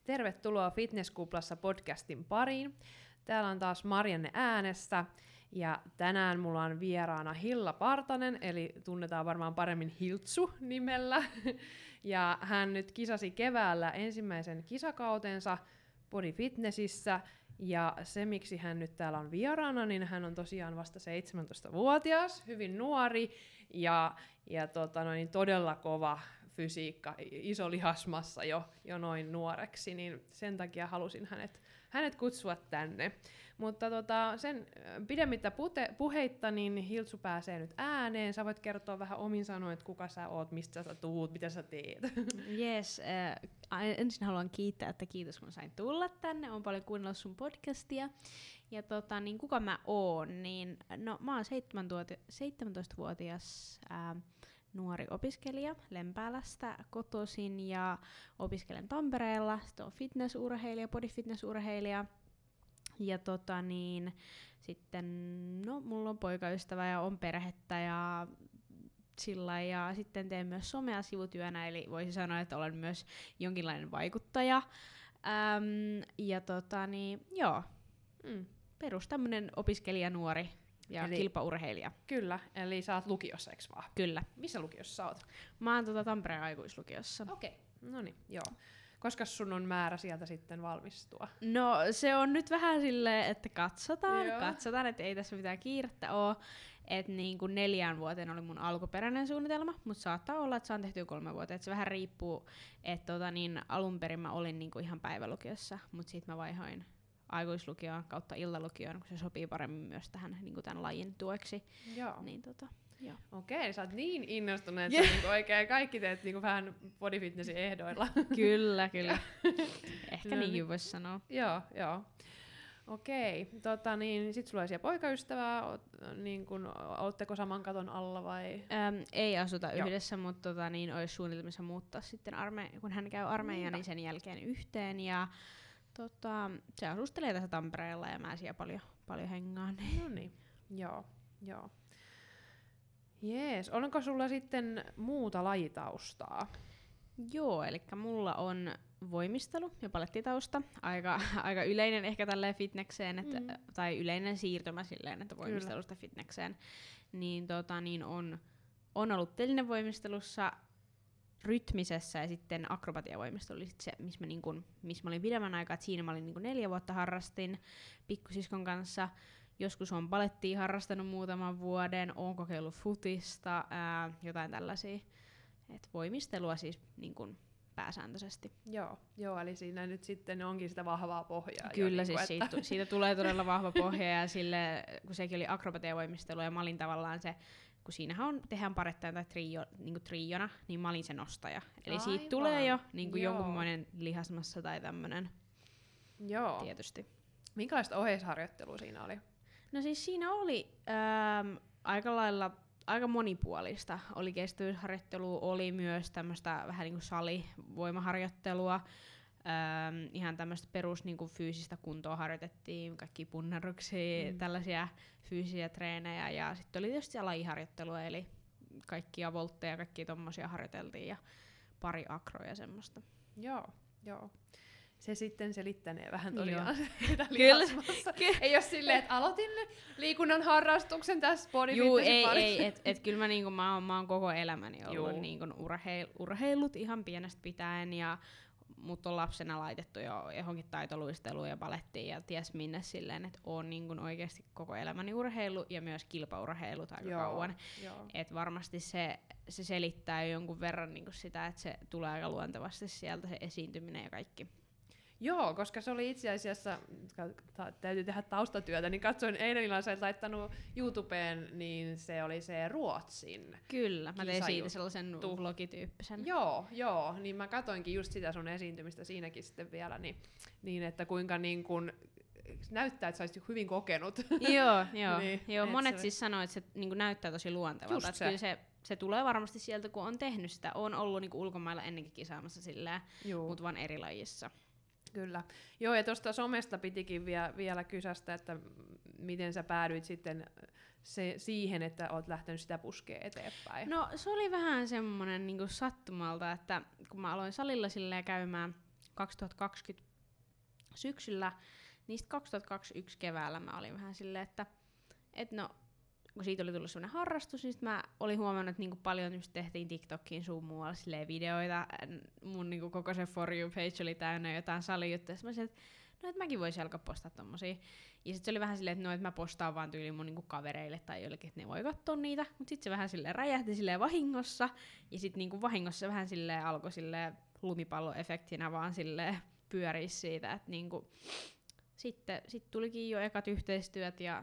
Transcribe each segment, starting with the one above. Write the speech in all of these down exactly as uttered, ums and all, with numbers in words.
Tervetuloa Fitnesskuplassa podcastin pariin. Täällä on taas Marianne äänessä ja tänään mulla on vieraana Hilla Partanen, eli tunnetaan varmaan paremmin Hiltsu nimellä. Ja hän nyt kisasi keväällä ensimmäisen kisakautensa Body Fitnessissä. Ja se, miksi hän nyt täällä on vieraana, niin hän on tosiaan vasta seitsemäntoistavuotias, hyvin nuori ja, ja tota noin, todella kova fysiikka, iso lihasmassa jo, jo noin nuoreksi, niin sen takia halusin hänet, hänet kutsua tänne. Mutta tota, sen pidemmittä pute, puheitta, niin Hiltsu pääsee nyt ääneen. Sä voit kertoa vähän omin sanoin, että kuka sä oot, mistä sä tuut, mitä sä teet. Yes, äh, ensin haluan kiittää, että kiitos kun sain tulla tänne. Olen paljon kuunnellut sun podcastia. Ja tota, niin kuka mä oon, niin no mä oon seitsemäntoistavuotias äh, nuori opiskelija Lempäälästä kotoisin ja opiskelen Tampereella. Sitten oon fitnessurheilija, body fitnessurheilija. Ja tota niin, sitten, no mulla on poikaystävä ja on perhettä ja sillä ja sitten teen myös somea sivutyönä, eli voisi sanoa, että olen myös jonkinlainen vaikuttaja. Äm, ja tota niin, joo, mm, perus tämmönen opiskelija nuori ja eli, kilpaurheilija. Kyllä, eli sä oot lukiossa, eks vaan? Kyllä. Missä lukiossa sä oot? Mä oon tota Tampereen aikuislukiossa. Okei, okay. No niin, joo. Koska sun on määrä sieltä sitten valmistua? No se on nyt vähän silleen, että katsotaan, Joo. katsotaan, että ei tässä mitään kiirettä ole. Että niin kuin neljään vuoteen oli mun alkuperäinen suunnitelma, mutta saattaa olla, että saan tehtyä kolme vuotta. Et se vähän riippuu, että tota niin, alun perin mä olin niin kuin ihan päivälukiossa, mutta sitten mä vaihoin aikuislukioon kautta illalukioon, kun se sopii paremmin myös tähän niin kuin tämän lajin tueksi. Joo. Niin tota, joo. Okei, sä oot niin innostunut, että sä niinku oikein kaikki teet niinku vähän bodyfitnessin ehdoilla. Kyllä, kyllä. Ehkä no niin niin voisi sanoa. Joo, joo. Okei, tota niin, sit sulla on siellä poikaystävää, oot, niin kun, ootteko saman katon alla vai? Öm, ei asuta Joo. yhdessä, mutta tota, niin olisi suunnitelmissa muuttaa sitten, arme- kun hän käy armeijan, niin sen jälkeen yhteen. Ja tota, se asustelee tässä Tampereella ja mä siellä paljon, paljon hengaan. No niin, joo, joo. Jees, onko sulla sitten muuta lajitaustaa? Joo, eli mulla on voimistelu ja palettitausta. Aika, aika yleinen ehkä tälleen fitnekseen, että, mm. tai yleinen siirtymä silleen, että voimistelusta Kyllä. fitnekseen. Niin, tota, niin on, on ollut telinevoimistelussa, rytmisessä ja sitten akrobatiavoimistelu oli sit se, missä mä, niin kun, missä mä olin pidemmän aikaa. Et siinä mä olin niin kun neljä vuotta harrastin pikkusiskon kanssa. Joskus on balettia harrastanut muutaman vuoden, oon kokeillut futista, ää, jotain tällaisia. Et voimistelua siis niin kun pääsääntöisesti. Joo, joo, eli siinä nyt sitten onkin sitä vahvaa pohjaa. Kyllä, jo, siis niin kuin, että... siitä, siitä tulee todella vahva pohja ja sille, kun sekin oli akrobatiavoimistelu ja mä olin tavallaan se, kun siinähän on, tehdään parettajan tai trio, niin triona, niin mä olin se nostaja. Eli Aivan. siitä tulee jo niin kuin jonkunmoinen lihasmassa tai tämmönen. Joo. Tietysti. Minkälaista oheisharjoittelua siinä oli? No siis siinä oli ähm, aika lailla aika monipuolista. Oli kestävyysharjoittelua, oli myös tämmöistä vähän niin kuin salivoimaharjoittelua. Ähm, ihan tämmöistä perus niin kuin fyysistä kuntoa harjoitettiin, kaikki punnerruksia, mm. tällaisia fyysisiä treenejä. Ja sitten oli tietysti lajiharjoittelua, eli kaikkia voltteja ja kaikkia tommosia harjoiteltiin ja pari akroja semmoista. Joo, joo. Se sitten selittänee vähän tosiaan sitä lihasmassa. Ei ole silleen, että aloitin liikunnan harrastuksen tässä bodyfitnessin parissa. Juu, ei, ei, et, et kyllä mä, niinku, mä, oon, mä oon koko elämäni ollut niinku urheil, urheillut ihan pienestä pitäen ja mut on lapsena laitettu jo johonkin taitoluisteluun ja balettiin ja ties minne silleen, että oon niinku oikeasti koko elämäni urheilu ja myös kilpaurheilut aika joo, kauan. Joo. Et varmasti se, se selittää jonkun verran niinku sitä, että se tulee aika luontevasti sieltä se esiintyminen ja kaikki. Joo, koska se oli itse asiassa, täytyy tehdä taustatyötä, niin katsoin eilen illalla, sä olet laittanut YouTubeen, niin se oli se Ruotsin. Kyllä, mä tein siitä sellaisen vlogityyppisen. Joo, joo, niin mä katoinkin just sitä sun esiintymistä siinäkin sitten vielä, niin, niin että kuinka niin kun näyttää, että sä olisit hyvin kokenut. Joo, joo. niin, joo monet se... siis sanoo, että se niin näyttää tosi luontevalta. Se. Kyllä se, se tulee varmasti sieltä, kun on tehnyt sitä. On ollut niin ulkomailla ennenkin kisaamassa sillä, mutta vaan eri lajissa. Kyllä. Joo, ja tuosta somesta pitikin vie, vielä kysästä, että miten sä päädyit sitten se, siihen, että oot lähtenyt sitä puskea eteenpäin. No se oli vähän semmoinen niin kuin sattumalta, että kun mä aloin salilla silleen käymään kaksituhattakaksikymmentä syksyllä, niin sitten kaksituhattakaksikymmentäyksi keväällä mä olin vähän silleen, että et no, kun siitä oli tullut semmoinen harrastus, niin sit mä olin huomannut, että niinku paljon just tehtiin TikTokiin sun muualla silleen videoita. Mun niinku koko se For You page oli täynnä jotain salijuttuja. Mä sanoin, että no, et mäkin voisin alkaa postaa tommosia. Ja sit se oli vähän silleen, että no, et mä postaan vaan tyyliin mun niinku kavereille tai jollekin, että ne voi katsoa niitä. Mut sit se vähän silleen räjähti silleen vahingossa. Ja sit niinku vahingossa vähän silleen alkoi silleen lumipalloefektinä vaan silleen pyörii siitä, että niinku sitten sit tulikin jo ekat yhteistyöt ja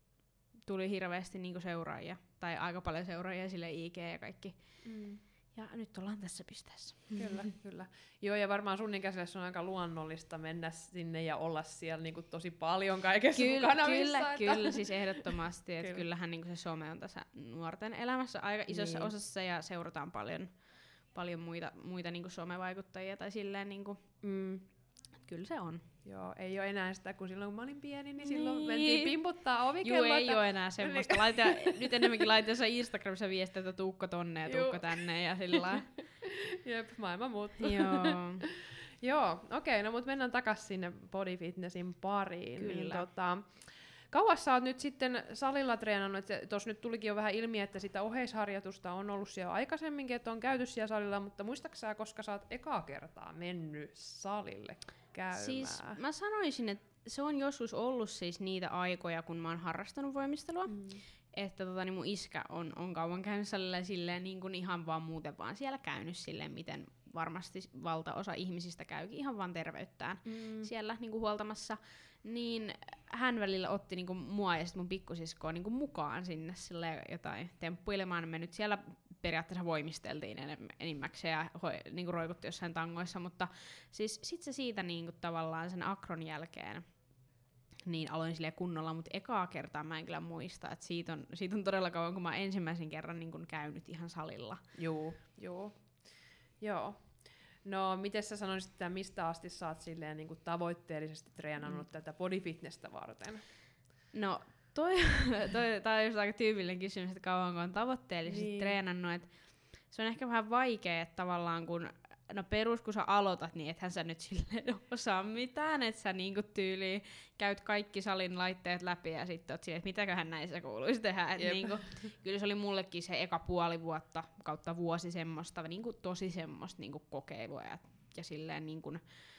tuli hirveästi niinku seuraajia, tai aika paljon seuraajia sille I G ja kaikki. Mm. Ja nyt ollaan tässä pisteessä. Kyllä, kyllä. Joo, ja varmaan sun ikäiselle se on aika luonnollista mennä sinne ja olla siellä niinku tosi paljon kaikessa Kyllä, mukana. kyllä, missä, että kyllä, siis ehdottomasti. Että kyllä. Kyllähän niinku se some on tässä nuorten elämässä aika isossa niin. osassa ja seurataan paljon, paljon muita, muita niinku somevaikuttajia tai silleen niinku, mm, kyllä se on. Joo, ei ole enää sitä, kun silloin kun mä olin pieni, niin silloin niin. mentiin pimputtaa ovikelloa. Joo, ei ole enää semmoista. Laita, nyt enemmänkin laitetaan Instagramissa viestiä, että tuukko tonne ja tuukko tänne ja sillä. Jep, maailma muuttuu. Joo. Joo, okei, okay, no mut mennään takas sinne body fitnessin pariin. Kyllä. Niin, tota, kauas sä oot nyt sitten salilla treenannut, että tuossa nyt tulikin jo vähän ilmi, että sitä oheisharjoitusta on ollut siellä aikaisemminkin, että on käyty siellä salilla, mutta muistaaksä, koska sä oot ekaa kertaa mennyt salille käymään? Siis mä sanoisin, että se on joskus ollut siis niitä aikoja, kun mä oon harrastanut voimistelua. Mm. Että tota, niin mun iskä on, on kauan käynyt salilla silleen niin kuin ihan vaan muuten vaan siellä käynyt silleen, miten varmasti valtaosa ihmisistä käykin ihan vaan terveyttään mm. siellä niin kuin huoltamassa. Niin hän välillä otti niinku mua ja sit mun pikkusiskoa niinku mukaan sinne sille jotain temppuilemaan. Me nyt siellä periaatteessa voimisteltiin enimmäkseen ja hoi, niinku roikutti jossain tangoissa, mutta siis sit se siitä niinku tavallaan sen akron jälkeen niin aloin silleen kunnolla, mutta ekaa kertaa mä en kyllä muista, että siitä on, siitä on todella kauan, kun mä ensimmäisen kerran niinku käynyt ihan salilla. Joo, joo, joo. No, miten sä sanoisit, että mistä asti sä oot silleen niin kuin tavoitteellisesti treenannut mm. tätä bodyfitnessä varten? No, toi, toi, toi on just aika tyypillinen kysymys, että kauanko on tavoitteellisesti niin. treenannut. Et se on ehkä vähän vaikea, että tavallaan kun, no perus kun sä aloitat, niin ethän sä nyt silleen osaa mitään, että sä niinku tyyliin käyt kaikki salin laitteet läpi ja sitten oot silleen, että mitäköhän näissä kuuluisi tehdä. Et niinku, kyllä se oli mullekin se eka puoli vuotta kautta vuosi semmoista, niinku tosi semmoista niinku kokeilua ja, ja silleen niinku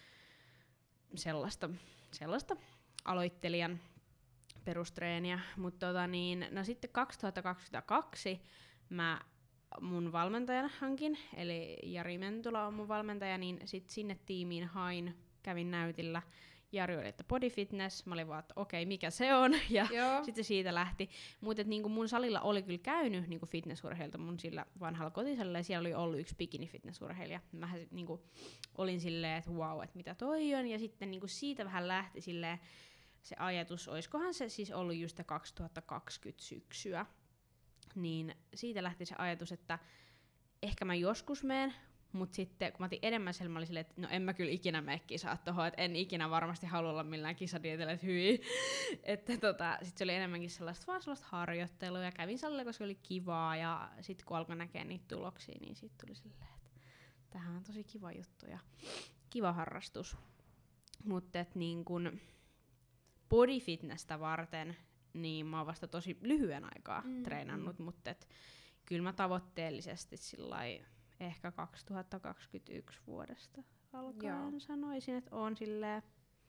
sellaista, sellaista aloittelijan perustreeniä. Mutta tota niin, no sitten kaksituhattakaksikymmentäkaksi mä mun valmentajan hankin, eli Jari Mentula on mun valmentaja, niin sit sinne tiimiin hain, kävin näytillä. Jari oli, että body fitness, mä olin vaan, että okei, okay, mikä se on, ja sitten siitä lähti. Mutta niinku mun salilla oli kyllä käynyt niinku fitnessurheilta mun sillä vanhalla kotisalilla, ja siellä oli ollut yksi bikini fitnessurheilija. Mä niinku olin silleen, että wow, että mitä toi on, ja sitten niinku siitä vähän lähti silleen se ajatus, oiskohan se siis ollut just kaksituhattakaksikymmentä syksyä. Niin siitä lähti se ajatus, että ehkä mä joskus meen, mutta sitten kun mä otin enemmän sen, mä olin silleen, että no en mä kyllä ikinä mene kisaa tohon, että en ikinä varmasti halua olla millään kisadietillä, että hyi. Että tota, sit se oli enemmänkin sellaista, vaan sellaista harjoittelua ja kävin salilla, koska oli kivaa ja sit kun alkoi näkee niitä tuloksia, niin sit tuli silleen, että tämähän on tosi kiva juttu ja kiva harrastus. Mutta et niin kun body fitnessä varten, niin mä oon vasta tosi lyhyen aikaa mm, treenannut, mm. mutta et, kyllä mä tavoitteellisesti sillai ehkä kaksituhattakaksikymmentäyksi vuodesta alkaen Joo. sanoisin, että oon silleen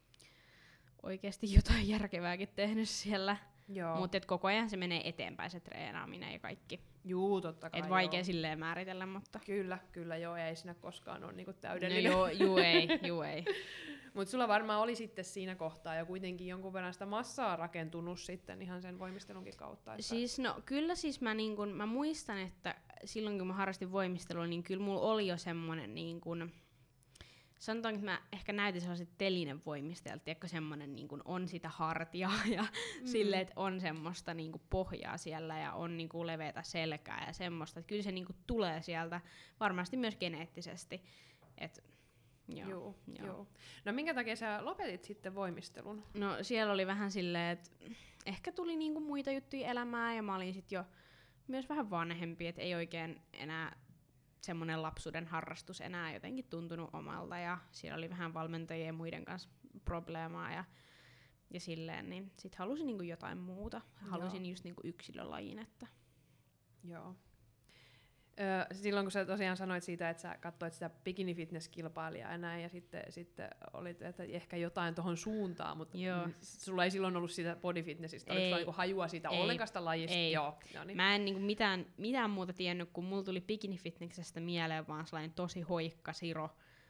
oikeesti jotain järkevääkin tehnyt siellä. Mutta koko ajan se menee eteenpäin se treenaaminen ja kaikki. Juu, totta kai. Et vaikea joo. silleen määritellä, mutta... Kyllä, kyllä joo, ei siinä koskaan ole niinku täydellinen. No joo, juu ei, juu ei. Mutta sulla varmaan oli sitten siinä kohtaa jo kuitenkin jonkun verran sitä massaa rakentunut sitten ihan sen voimistelunkin kautta. Että... Siis no kyllä siis mä, niin kun, mä muistan, että silloin kun mä harrastin voimistelua, niin kyllä mulla oli jo semmonen niin kun, sanotaan, että mä ehkä näytin sellaiset telinen voimistajalta, tiedätkö semmonen niin kun on sitä hartiaa ja mm. silleen, että on semmoista niin kun pohjaa siellä ja on niin kun leveätä selkää ja semmoista. Että kyllä se niin kun tulee sieltä varmasti myös geneettisesti. Et, Joo, joo, joo. joo. No minkä takia sä lopetit sitten voimistelun? No siellä oli vähän silleen, että ehkä tuli niinku muita juttuja elämään ja mä olin sit jo myös vähän vanhempi, että ei oikein enää semmoinen lapsuuden harrastus enää jotenkin tuntunut omalta, ja siellä oli vähän valmentajien ja muiden kanssa probleemaa, ja, ja silleen, niin sit halusin niinku jotain muuta. Halusin Joo. just niinku yksilölajin, että... Joo. Öö, silloin kun sä tosiaan sanoit siitä, että sä katsoit sitä bikini-fitness-kilpailijaa ja näin, ja sitten, sitten olit, että ehkä jotain tuohon suuntaan, mutta Joo. sulla ei silloin ollut siitä bodyfitnessistä, oliko sulla niinku hajua siitä ollenkaan sitä lajista? Ei. Joo. No niin. Mä en niinku mitään, mitään muuta tiennyt, kun mulla tuli bikini-fitnessestä mieleen vaan sellainen tosi hoikka, siro,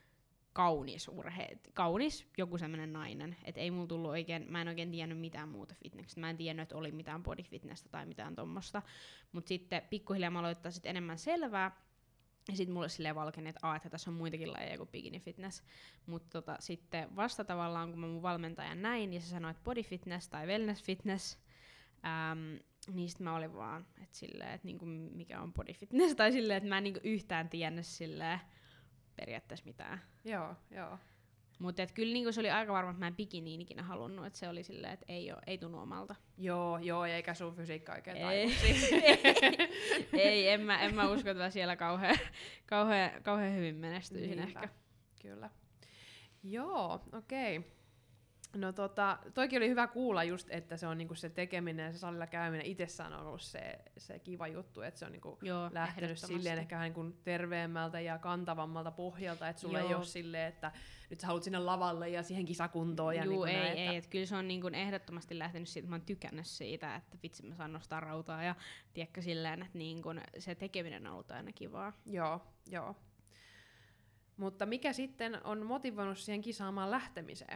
kaunis urhe, kaunis joku semmoinen nainen. Et ei mulla tullut oikein, mä en oikein tiennyt mitään muuta fitnessistä. Mä en tiennyt, että oli mitään bodyfitnessä tai mitään tommosta. Mut sitten pikkuhiljaa mä aloittaa sit enemmän selvää. Ja sit mulle silleen valkeni, että aah, että tässä on muitakin lajeja kuin bikini fitness. Mut tota, sitten vasta tavallaan, kun mä mun valmentajan näin, ja se sanoi, että body fitness tai wellness fitness, äm, niin sit mä olin vaan, että silleen, että niinku mikä on body fitness, tai silleen, että mä en niinku yhtään tiennyt silleen, periaatteessa mitään. Joo, joo. Mutta kyllä niinku se oli aika varma, että mä en bikiniin ikinä halunnut, että se oli silleen, että ei, oo, ei tunnu omalta. Joo, joo, eikä sun fysiikka oikein ei, ei, ei, en mä, en mä usko, että mä siellä kauhean, kauhean, kauhean hyvin menestyisin Niinpä. ehkä. Kyllä. Joo, okei. Okay. No tota, toikin oli hyvä kuulla just, että se on niinku se tekeminen ja se salilla käyminen itsessään on ollut se, se kiva juttu, että se on niinku Joo, lähtenyt silleen ehkä vähän niinku terveemmältä ja kantavammalta pohjalta, että sulla Joo. ei ole silleen, että nyt sä haluat sinne lavalle ja siihen kisakuntoon. Ja Juu, niinku ei, näin, ei, että... et kyllä se on niinku ehdottomasti lähtenyt siitä, että mä oon tykännyt siitä, että vitsi mä saan nostaa rautaa ja tiedätkö silleen, että niinku se tekeminen on ollut aina kivaa. Joo, joo. Mutta mikä sitten on motivoinut siihen kisaamaan lähtemiseen?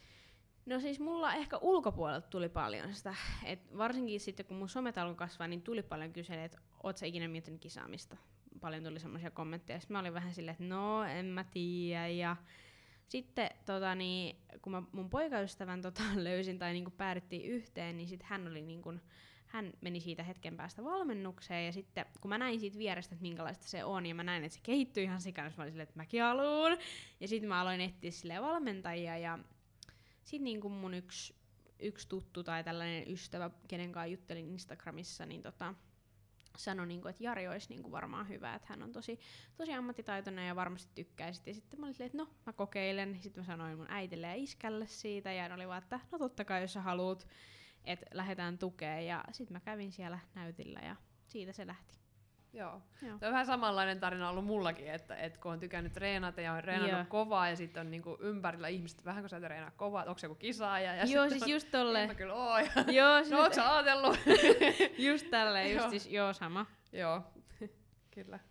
No siis mulla ehkä ulkopuolelta tuli paljon sitä, et varsinkin sitten kun mun somet alkoi kasvaa, niin tuli paljon kyselyä, että oot sä ikinä miettinyt kisaamista? Paljon tuli semmoisia kommentteja, sitten mä olin vähän silleen, että no en mä tiedä, ja sitten tota, niin, kun mä mun poikaystävän tota, löysin tai niinku päädyttiin yhteen, niin sit hän oli niinku, hän meni siitä hetken päästä valmennukseen, ja sitten kun mä näin siitä vierestä, että minkälaista se on, ja mä näin, että se kehittyy ihan sikana, mä olin silleen, että mäkin haluun, ja sitten mä aloin etsiä silleen valmentajia, ja sitten niinku mun yksi, yksi tuttu tai tällainen ystävä, kenen kanssa juttelin Instagramissa, niin tota, sanoi, niinku, että Jari olisi niinku varmaan hyvä, että hän on tosi, tosi ammattitaitoinen ja varmasti tykkäisit. Ja sitten mä olin silleen, että no, mä kokeilen. Sitten mä sanoin mun äitille ja iskälle siitä, ja ne oli vaan, että no totta kai, jos sä haluut, että lähdetään tukeen. Ja sitten mä kävin siellä näytillä, ja siitä se lähti. Joo. Joo. Se on vähän samanlainen tarina ollut mullakin, että et kun on tykännyt treenata ja on treenannut Joo. kovaa ja sitten on niinku ympärillä ihmiset, vähän kun sä treenaa kovaa, että onko se joku kisaaja. Ja joo, siis on, just tolleen. En mä kyllä oo. Ja joo, siis no oot sä ajatellut? just tälleen, just siis, joo sama. Joo, kyllä.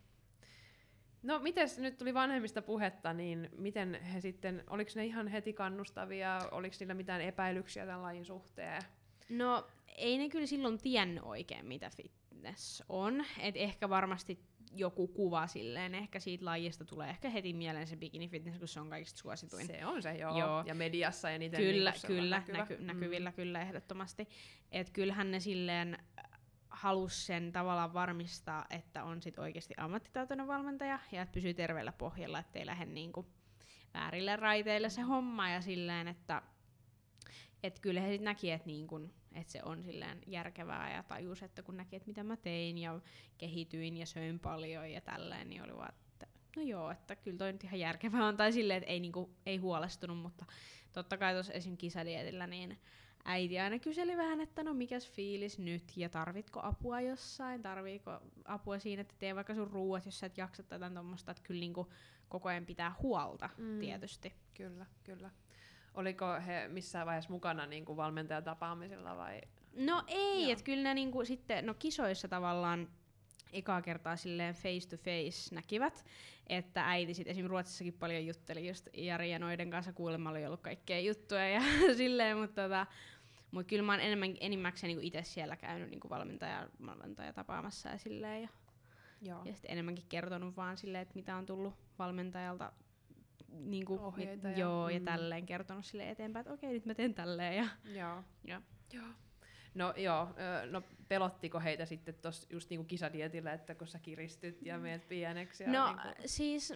No mites nyt tuli vanhemmista puhetta, niin miten he sitten, oliko ne ihan heti kannustavia, oliko niillä mitään epäilyksiä tämän lajin suhteen? No ei ne kyllä silloin tiennyt oikein, mitä fitness on. Et ehkä varmasti joku kuva silleen, ehkä siitä lajista tulee ehkä heti mieleen se bikini fitness, kun se on kaikista suosituin. Se on se, joo. joo. Ja mediassa ja niiden kyllä, niin kyllä, näkyvä. Näky, näkyvillä mm. kyllä ehdottomasti. Et kyllähän ne silleen halus sen tavallaan varmistaa, että on sit oikeasti ammattitaitoinen valmentaja ja että pysyy terveellä pohjalla, ettei lähde niinku väärille raiteille se homma ja silleen, että et kyllä he sit näki, että niinku, et se on silleen järkevää ja tajus, että kun näki, että mitä mä tein ja kehityin ja söin paljon ja tälleen, niin oli vaan, että no joo, että kyllä toi nyt ihan järkevää on. Tai silleen, että ei, niinku, ei huolestunut, mutta totta kai tuossa esim. Kisadietillä niin äiti aina kyseli vähän, että no mikäs fiilis nyt ja tarvitko apua jossain, tarviiko apua siinä, että tee vaikka sun ruuat, jos sä et jaksa tai jotain tommoista, että kyllä niinku koko ajan pitää huolta mm. tietysti. Kyllä, kyllä. Oliko he missään vaiheessa mukana niinku valmentajatapaamisella vai? No ei, että kyllä ne niinku sitten, no kisoissa tavallaan ekaa kertaa silleen face to face näkivät, että äiti sit esim. Ruotsissakin paljon jutteli just Jari ja noiden kanssa, kuulemma oli ollut kaikkea juttuja ja silleen, mutta tota, mut kyllä mä oon enemmän, enimmäkseen niinku itse siellä käynyt niinku valmentaja, valmentaja tapaamassa ja silleen ja, Joo. ja sitten enemmänkin kertonut vaan silleen, että mitä on tullut valmentajalta niinku, ohjeita ja, joo, mm. ja tälleen kertonut silleen eteenpäin, että okei, nyt mä teen tälleen ja, joo. ja. Joo. No joo, no pelottiko heitä sitten tossa just niinku kisadietillä, että kun sä kiristyt ja meet pieneksi? Ja no niinku... siis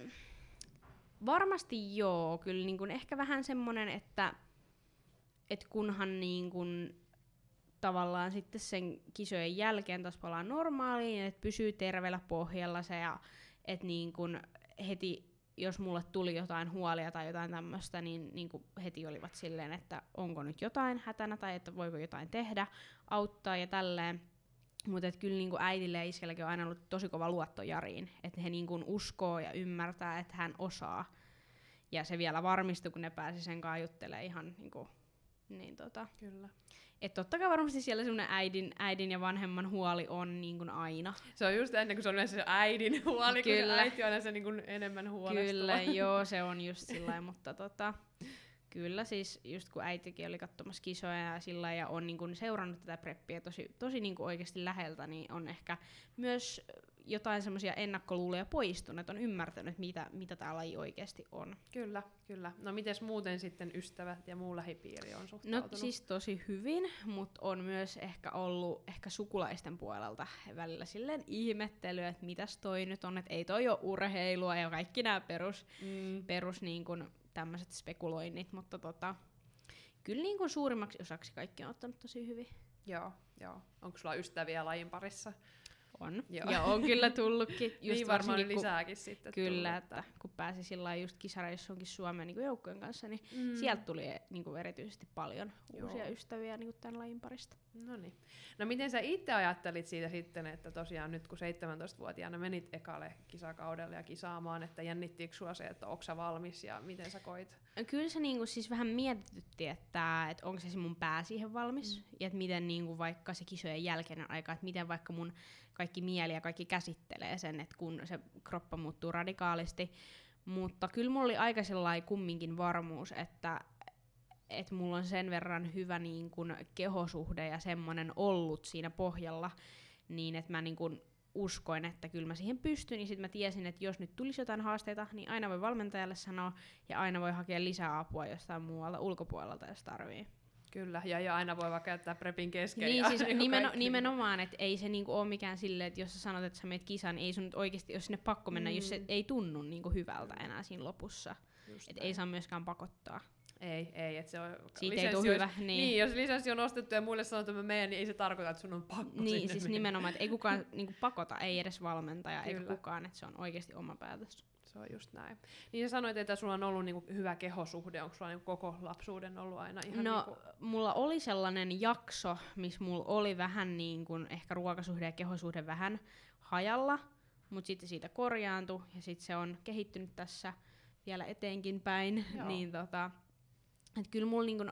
varmasti joo, kyllä niinku ehkä vähän semmonen, että et kunhan niinku tavallaan sitten sen kisojen jälkeen taas palaan normaaliin, että pysyy terveellä pohjalla se ja et niin kun heti jos mulle tuli jotain huolia tai jotain tämmöistä, niin, niin kun heti olivat silleen, että onko nyt jotain hätänä tai että voiko jotain tehdä, auttaa ja tälleen. Mutta kyllä niinku äidille ja iskelläkin on aina ollut tosi kova luotto Jariin, että he niinku uskoo ja ymmärtää, että hän osaa. Ja se vielä varmistui, kun ne pääsi sen kanssa juttelemaan ihan niinku, niin tota. Kyllä. Että totta kai varmasti siellä semmoinen äidin, äidin ja vanhemman huoli on niin kuin aina. Se on just ennen kuin se on yleensä se äidin huoli, kun se äiti on aina se niin kuin enemmän huolestuva. Kyllä, joo, se on just sillä mutta tota, kyllä siis just kun äitikin oli katsomassa kisoja ja sillä ja on niin kuin seurannut tätä preppiä tosi, tosi niin kuin oikeasti läheltä, niin on ehkä myös jotain semmoisia ennakkoluuloja poistunut, että on ymmärtänyt, mitä, mitä tää laji oikeasti on. Kyllä, kyllä. No mites muuten sitten ystävät ja muu lähipiiri on suhtautunut? No siis tosi hyvin, mutta on myös ehkä ollut ehkä sukulaisten puolelta välillä silleen ihmettelyä, että mitäs toi nyt on, että ei toi ole urheilua ja kaikki nämä perus, mm. perus niin kun tämmöiset spekuloinnit, mutta tota, kyllä niin kun suurimmaksi osaksi kaikki on ottanut tosi hyvin. Joo, joo. Onko sulla ystäviä lajin parissa? On. Joo. Ja on kyllä tullutkin. Just niin varmaan lisääkin kun, sitten. Kyllä, tullut, että kun pääsi sillä just kisareissuunkin Suomeen niin joukkojen kanssa, niin mm. sieltä tuli niin kuin erityisesti paljon Joo. uusia ystäviä niin kuin tämän lajin parista. Noniin. No miten sä itse ajattelit siitä sitten, että tosiaan nyt kun seitsemäntoistavuotiaana menit ekalle kisakaudelle ja kisaamaan, että jännittiikö sua se, että onko sä valmis ja miten sä koit? Kyllä se niin kuin siis vähän mietitytti, että, että onko se mun pää siihen valmis mm. ja että miten niin kuin vaikka se kisojen jälkeinen aika, että miten vaikka mun kaikki mieli ja kaikki käsittelee sen, että kun se kroppa muuttuu radikaalisti. Mutta kyllä mulla oli aika sellainen kumminkin varmuus, että, että mulla on sen verran hyvä niin kun kehosuhde ja semmoinen ollut siinä pohjalla, niin että mä niin kun uskoin, että kyllä mä siihen pystyn. Ja sitten mä tiesin, että jos nyt tulisi jotain haasteita, niin aina voi valmentajalle sanoa ja aina voi hakea lisää apua jostain muualta ulkopuolelta, jos tarvii. Kyllä, ja, ja aina voi vaikka käyttää prepin kesken. Niin, siis nimeno, nimenomaan, että ei se niinku ole mikään silleen, että jos sä sanot, että sä meet kisaan, niin ei sun nyt oikeasti ole sinne pakko mennä, mm. jos se ei tunnu niinku hyvältä enää siinä lopussa. Että ei saa myöskään pakottaa. Ei, ei, että se on... Siitä ei tule hyvä. Niin. niin, jos lisenssi on ostettu ja muille sanotaan, että mä menen, niin ei se tarkoita, että sun on pakko Niin, sinne siis mennä. nimenomaan, että ei kukaan niinku pakota, ei edes valmentaja, eikä kukaan, että se on oikeasti oma päätös. Se on just näin. Niin sä sanoit, että sulla on ollut niinku hyvä kehosuhde. Onko sulla niinku koko lapsuuden ollut aina ihan No, niinku... mulla oli sellainen jakso, missä mulla oli vähän niin kuin ehkä ruokasuhde ja kehosuhde vähän hajalla, mutta sitten siitä korjaantui ja sitten se on kehittynyt tässä vielä eteenkin päin. niin tota, et kyllä mulla niinku,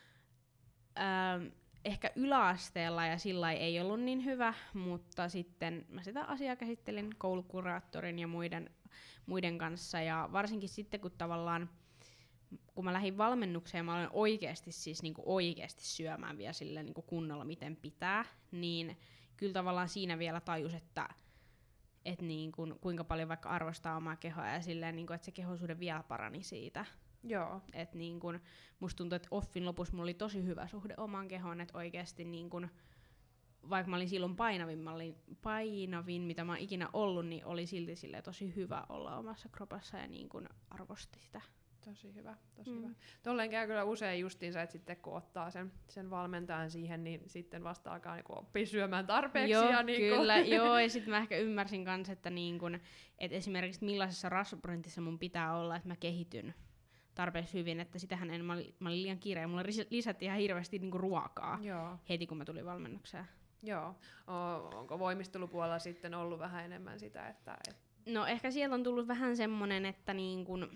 ähm, ehkä yläasteella ja sillä ei ollut niin hyvä, mutta sitten mä sitä asiaa käsittelin koulukuraattorin ja muiden muiden kanssa ja varsinkin sitten kun tavallaan kun mä lähdin valmennukseen mä olen oikeasti siis niinku oikeasti syömään vielä sille niinku kunnolla miten pitää, niin kyllä tavallaan siinä vielä tajus, että et niinku, kuinka paljon vaikka arvostaa omaa kehoa ja silleen niinku, että se kehosuhde vielä parani siitä. Joo. Et niinku, musta tuntuu, että offin lopussa mulla oli tosi hyvä suhde omaan kehoon, että oikeasti niinku, vaikka mä olin silloin painavin, mä olin painavin, mitä mä oon ikinä ollut, niin oli silti silleen tosi hyvä olla omassa kropassa ja niin kuin arvosti sitä. Tosi hyvä, tosi mm. hyvä. Tolleen käy kyllä usein justiinsa, että sitten kun ottaa sen, sen valmentajan siihen, niin sitten vasta alkaa niinku oppia syömään tarpeeksi. Joo, ja niinku kyllä, joo, ja sitten mä ehkä ymmärsin kans, että niin kun, et esimerkiksi millaisessa rasvaprosentissa mun pitää olla, että mä kehityn tarpeeksi hyvin, että sitähän en, mä olin, mä olin liian kiire, ja mulla lisättiin ihan hirveästi niinku ruokaa joo. heti kun mä tulin valmennukseen. Joo. O- onko voimistelupuolella sitten ollut vähän enemmän sitä, että... Et... No ehkä siellä on tullut vähän semmonen, että niin kun,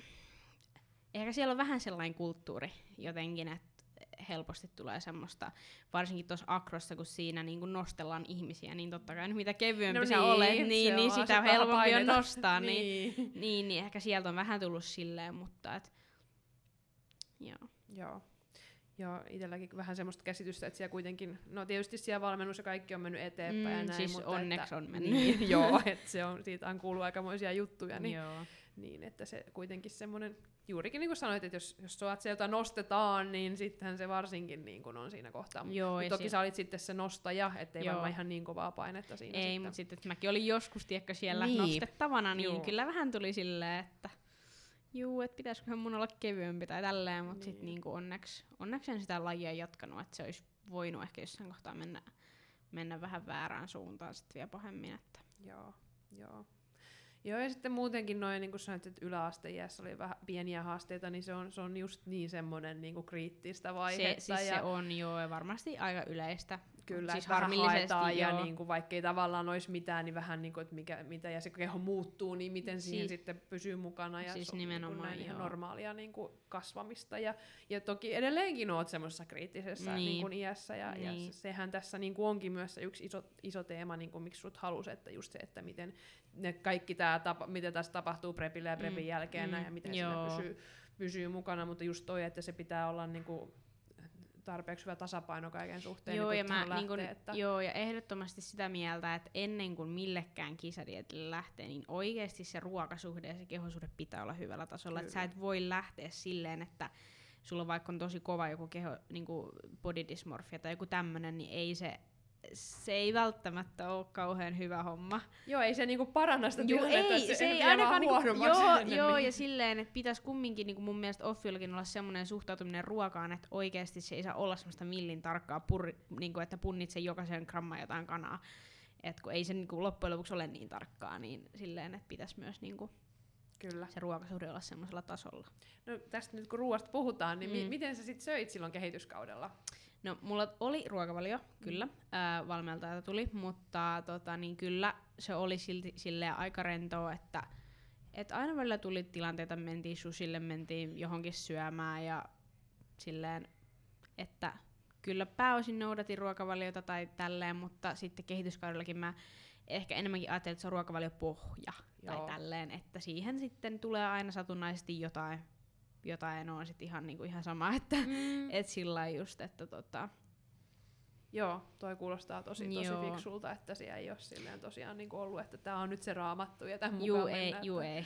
ehkä siellä on vähän sellainen kulttuuri jotenkin, että helposti tulee semmoista, varsinkin tuossa akrossa, kun siinä niin kun nostellaan ihmisiä, niin totta kai mitä kevyempi no sä niin, olet, niin, niin sitä helpompi paineta. on nostaa. niin. niin. Niin, niin ehkä sieltä on vähän tullut silleen, mutta et, joo. Joo. Joo, itselläkin vähän semmoista käsitystä, että siellä kuitenkin, no tietysti siellä valmennus ja kaikki on mennyt eteenpäin Mm, ja näin, siis mutta onneksi että, on mennyt. Niin, joo, että se on, siitä on kuullut aikamoisia juttuja, niin, Joo. niin että se kuitenkin semmoinen, juurikin niin kuin sanoit, että jos, jos sua sieltä nostetaan, niin sittenhän se varsinkin niin kuin on siinä kohtaa. Joo, Mut toki si- sä olit sitten se nostaja, ettei Joo. varmaan ihan niin kovaa painetta siinä Ei, sitten. mutta sitten että mäkin olin joskus tiedätkö, siellä Niin. nostettavana, niin Joo. kyllä vähän tuli silleen, että juu, että pitäisiköhän mun olla kevyempi tai tälleen, mutta Niin. sitten niinku onneksi, onneksi en sitä lajia jatkanut, että se olisi voinut ehkä jossain kohtaa mennä, mennä vähän väärään suuntaan sitten vielä pahemmin. Että. Joo, joo. Joo, ja sitten muutenkin noin, niin kuin sanoit, että yläasteiässä oli vähän pieniä haasteita, niin se on, se on just niin semmoinen niin kuin kriittistä vaihetta. Se, siis ja se on joo, ja varmasti aika yleistä. Kyllä, siis että vähän harmillisesti haetaan ja joo. niin kuin, vaikka ei tavallaan olisi mitään, niin vähän niin kuin, että mikä, mitä ja se keho muuttuu, niin miten siihen siis, sitten pysyy mukana. Ja siis se on nimenomaan, niin kuin ihan joo. normaalia niin kuin kasvamista. Ja, ja toki edelleenkin olet semmoisessa kriittisessä niin. niin kuin iässä. Ja, niin. ja sehän tässä niin kuin onkin myös se yksi iso, iso teema, niin kuin, miksi sut halusi, että just se, että miten ne kaikki tämä, tapa, mitä tässä tapahtuu prepillä ja prepin mm. jälkeen mm. ja miten joo. siinä pysyy, pysyy mukana. Mutta just toi, että se pitää olla niin kuin tarpeeksi hyvä tasapaino kaiken suhteen. Joo, niin ja, mä, lähtee, niin kun, että joo, ja ehdottomasti sitä mieltä, että ennen kuin millekään kisadietille lähtee, niin oikeasti se ruokasuhde ja se kehosuhde pitää olla hyvällä tasolla. Että sä et voi lähteä silleen, että sulla vaikka on tosi kova joku keho, niin kuin body dysmorphia tai joku tämmönen, niin ei se, se ei välttämättä ole kauhean hyvä homma. Joo, ei se niinku paranna sitä Joo, tilannetta, ei, se, se ei vie ainakaan vaan niinku, huonommaksi. joo, joo, ja silleen, että pitäisi kumminkin niinku mun mielestä Offillakin olla semmoinen suhtautuminen ruokaan, että oikeasti se ei saa olla semmoista millin tarkkaa, purri, niinku, että punnitse jokaisen gramman jotain kanaa. Et kun ei se niinku loppujen lopuksi ole niin tarkkaa, niin silleen, että pitäisi myös niinku Kyllä. se ruokasuhde olla semmoisella tasolla. No tästä nyt kun ruoasta puhutaan, niin mm. mi- miten sä sit söit silloin kehityskaudella? No mulla oli ruokavalio, kyllä, mm. ää, valmentajalta tuli, mutta tota, niin kyllä se oli silti silleen aika rentoa, että et aina välillä tuli tilanteita, mentiin susille, mentiin johonkin syömään ja silleen, että kyllä pääosin noudatin ruokavaliota tai tälleen, mutta sitten kehityskaudellakin mä ehkä enemmänkin ajattelin, että se on ruokavaliopohja tai Joo. tälleen, että siihen sitten tulee aina satunnaisesti jotain. Jotain on sit ihan, niinku, ihan sama, että mm. et sillä just, että tota. Joo, toi kuulostaa tosi tosi Joo. fiksulta, että siellä ei ole silleen tosiaan niinku ollut, että tää on nyt se raamattu ja tämän Juu mukaan ei, mennä. juu ei.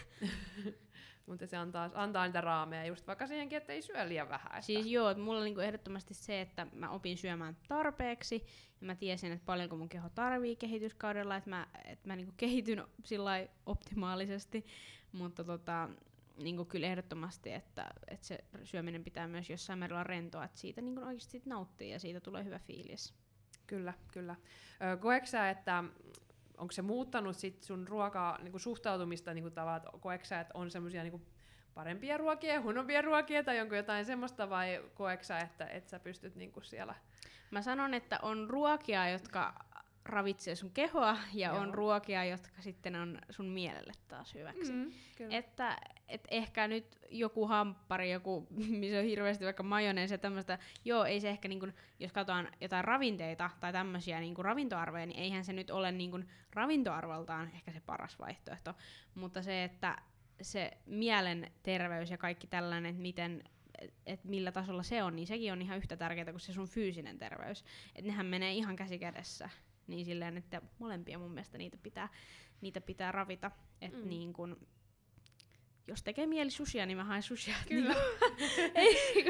Mutta se antaa, antaa niitä raameja just vaikka siihenkin, että ei syö liian vähän. Että Siis joo, että mulla on niinku ehdottomasti se, että mä opin syömään tarpeeksi ja mä tiesin, että paljonko mun keho tarvii kehityskaudella, että mä, et mä niinku kehityn sillai optimaalisesti, mutta tota, niinku kyllä ehdottomasti, että, että se syöminen pitää myös jossain määrin olla rentoa, että siitä niinku oikeasti sit nauttii ja siitä tulee hyvä fiilis. Kyllä, kyllä. Ö, koetko sä, että onko se muuttanut sit sun ruokaa niinku suhtautumista niinku tavallaan, että koetko sä, että on semmosia niinku parempia ruokia ja huonompia ruokia tai onko jotain semmoista vai koetko sä, että et sä pystyt niinku siellä? Mä sanon, että on ruokia, jotka ravitsee sun kehoa ja Joo. on ruokia, jotka sitten on sun mielelle taas hyväksi. Mm, kyllä. Että et ehkä nyt joku hamppari, joku, missä on hirveästi vaikka majoneesi ja tämmöistä, joo, ei se ehkä, niin kun, jos katsotaan jotain ravinteita tai tämmöisiä niin kun ravintoarvoja, niin eihän se nyt ole niin kun ravintoarvoltaan ehkä se paras vaihtoehto, mutta se, että se mielen terveys ja kaikki tällainen, että miten et millä tasolla se on, niin sekin on ihan yhtä tärkeää kuin se sun fyysinen terveys. Että nehän menee ihan käsi kädessä. Niin silleen, että molempia mun mielestä niitä pitää, niitä pitää ravita. Et mm. niin kun, jos tekee mieli sushia, niin mä haen sushia. Kyllä. ei,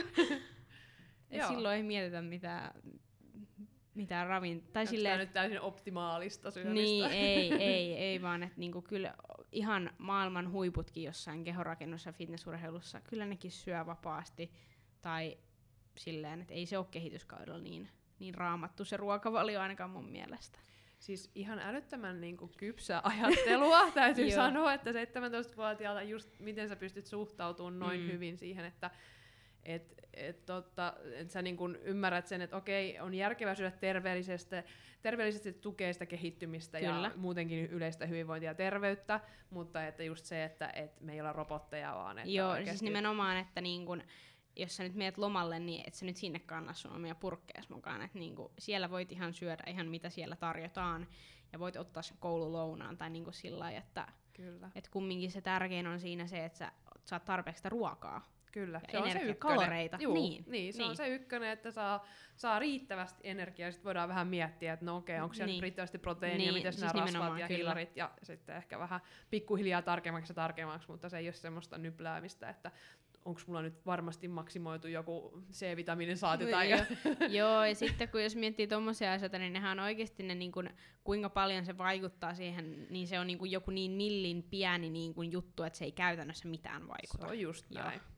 et silloin ei mietitä mitään, mitään ravin. Tai silleen, nyt täysin optimaalista syömistä? niin, ei, ei, ei vaan, että niinku kyllä ihan maailman huiputkin jossain kehorakennus- ja fitnessurheilussa, kyllä nekin syö vapaasti. Tai silleen, että ei se ole kehityskaudella niin, niin raamattu se ruokavalio ainakaan mun mielestä. Siis ihan älyttömän niin kuin kypsää ajattelua, täytyy sanoa, että seitsemäntoistavuotiaalta just miten sä pystyt suhtautumaan noin mm. hyvin siihen, että et, et, totta, et sä niin kun ymmärrät sen, että okei, on järkevää syödä terveellisesti, terveellisesti tukee sitä kehittymistä Kyllä. ja muutenkin yleistä hyvinvointia ja terveyttä, mutta että just se, että et me ei olla robotteja vaan. Että Joo, oikeasti... siis nimenomaan, että niin kun, jos sä nyt meet lomalle, niin et sä nyt sinne kanna sun omia purkkejas mukaan. Et niinku, siellä voit ihan syödä ihan mitä siellä tarjotaan ja voit ottaa sen koululounaan tai niinku sillä lailla, että et kumminkin se tärkein on siinä se, että sä saat tarpeeksi sitä ruokaa. Kyllä, ja se on se ykkönen. Kaloreita. Juu, niin, niin, se niin. on se ykkönen, että saa, saa riittävästi energiaa ja sitten voidaan vähän miettiä, että no okei, onko siellä niin. riittävästi proteiinia, niin, miten siis nämä rasvat ja hiilarit ja sitten ehkä vähän pikkuhiljaa tarkemmaksi ja tarkemmaksi, mutta se ei ole semmoista nypläämistä, että onko mulla nyt varmasti maksimoitu joku C-vitamiinin saati tai... Joo, ja sitten kun jos miettii tommosia asioita, niin nehän on oikeasti ne, niin kun, kuinka paljon se vaikuttaa siihen, niin se on niin kun joku niin millin pieni niin kun juttu, että se ei käytännössä mitään vaikuta. Se on just näin.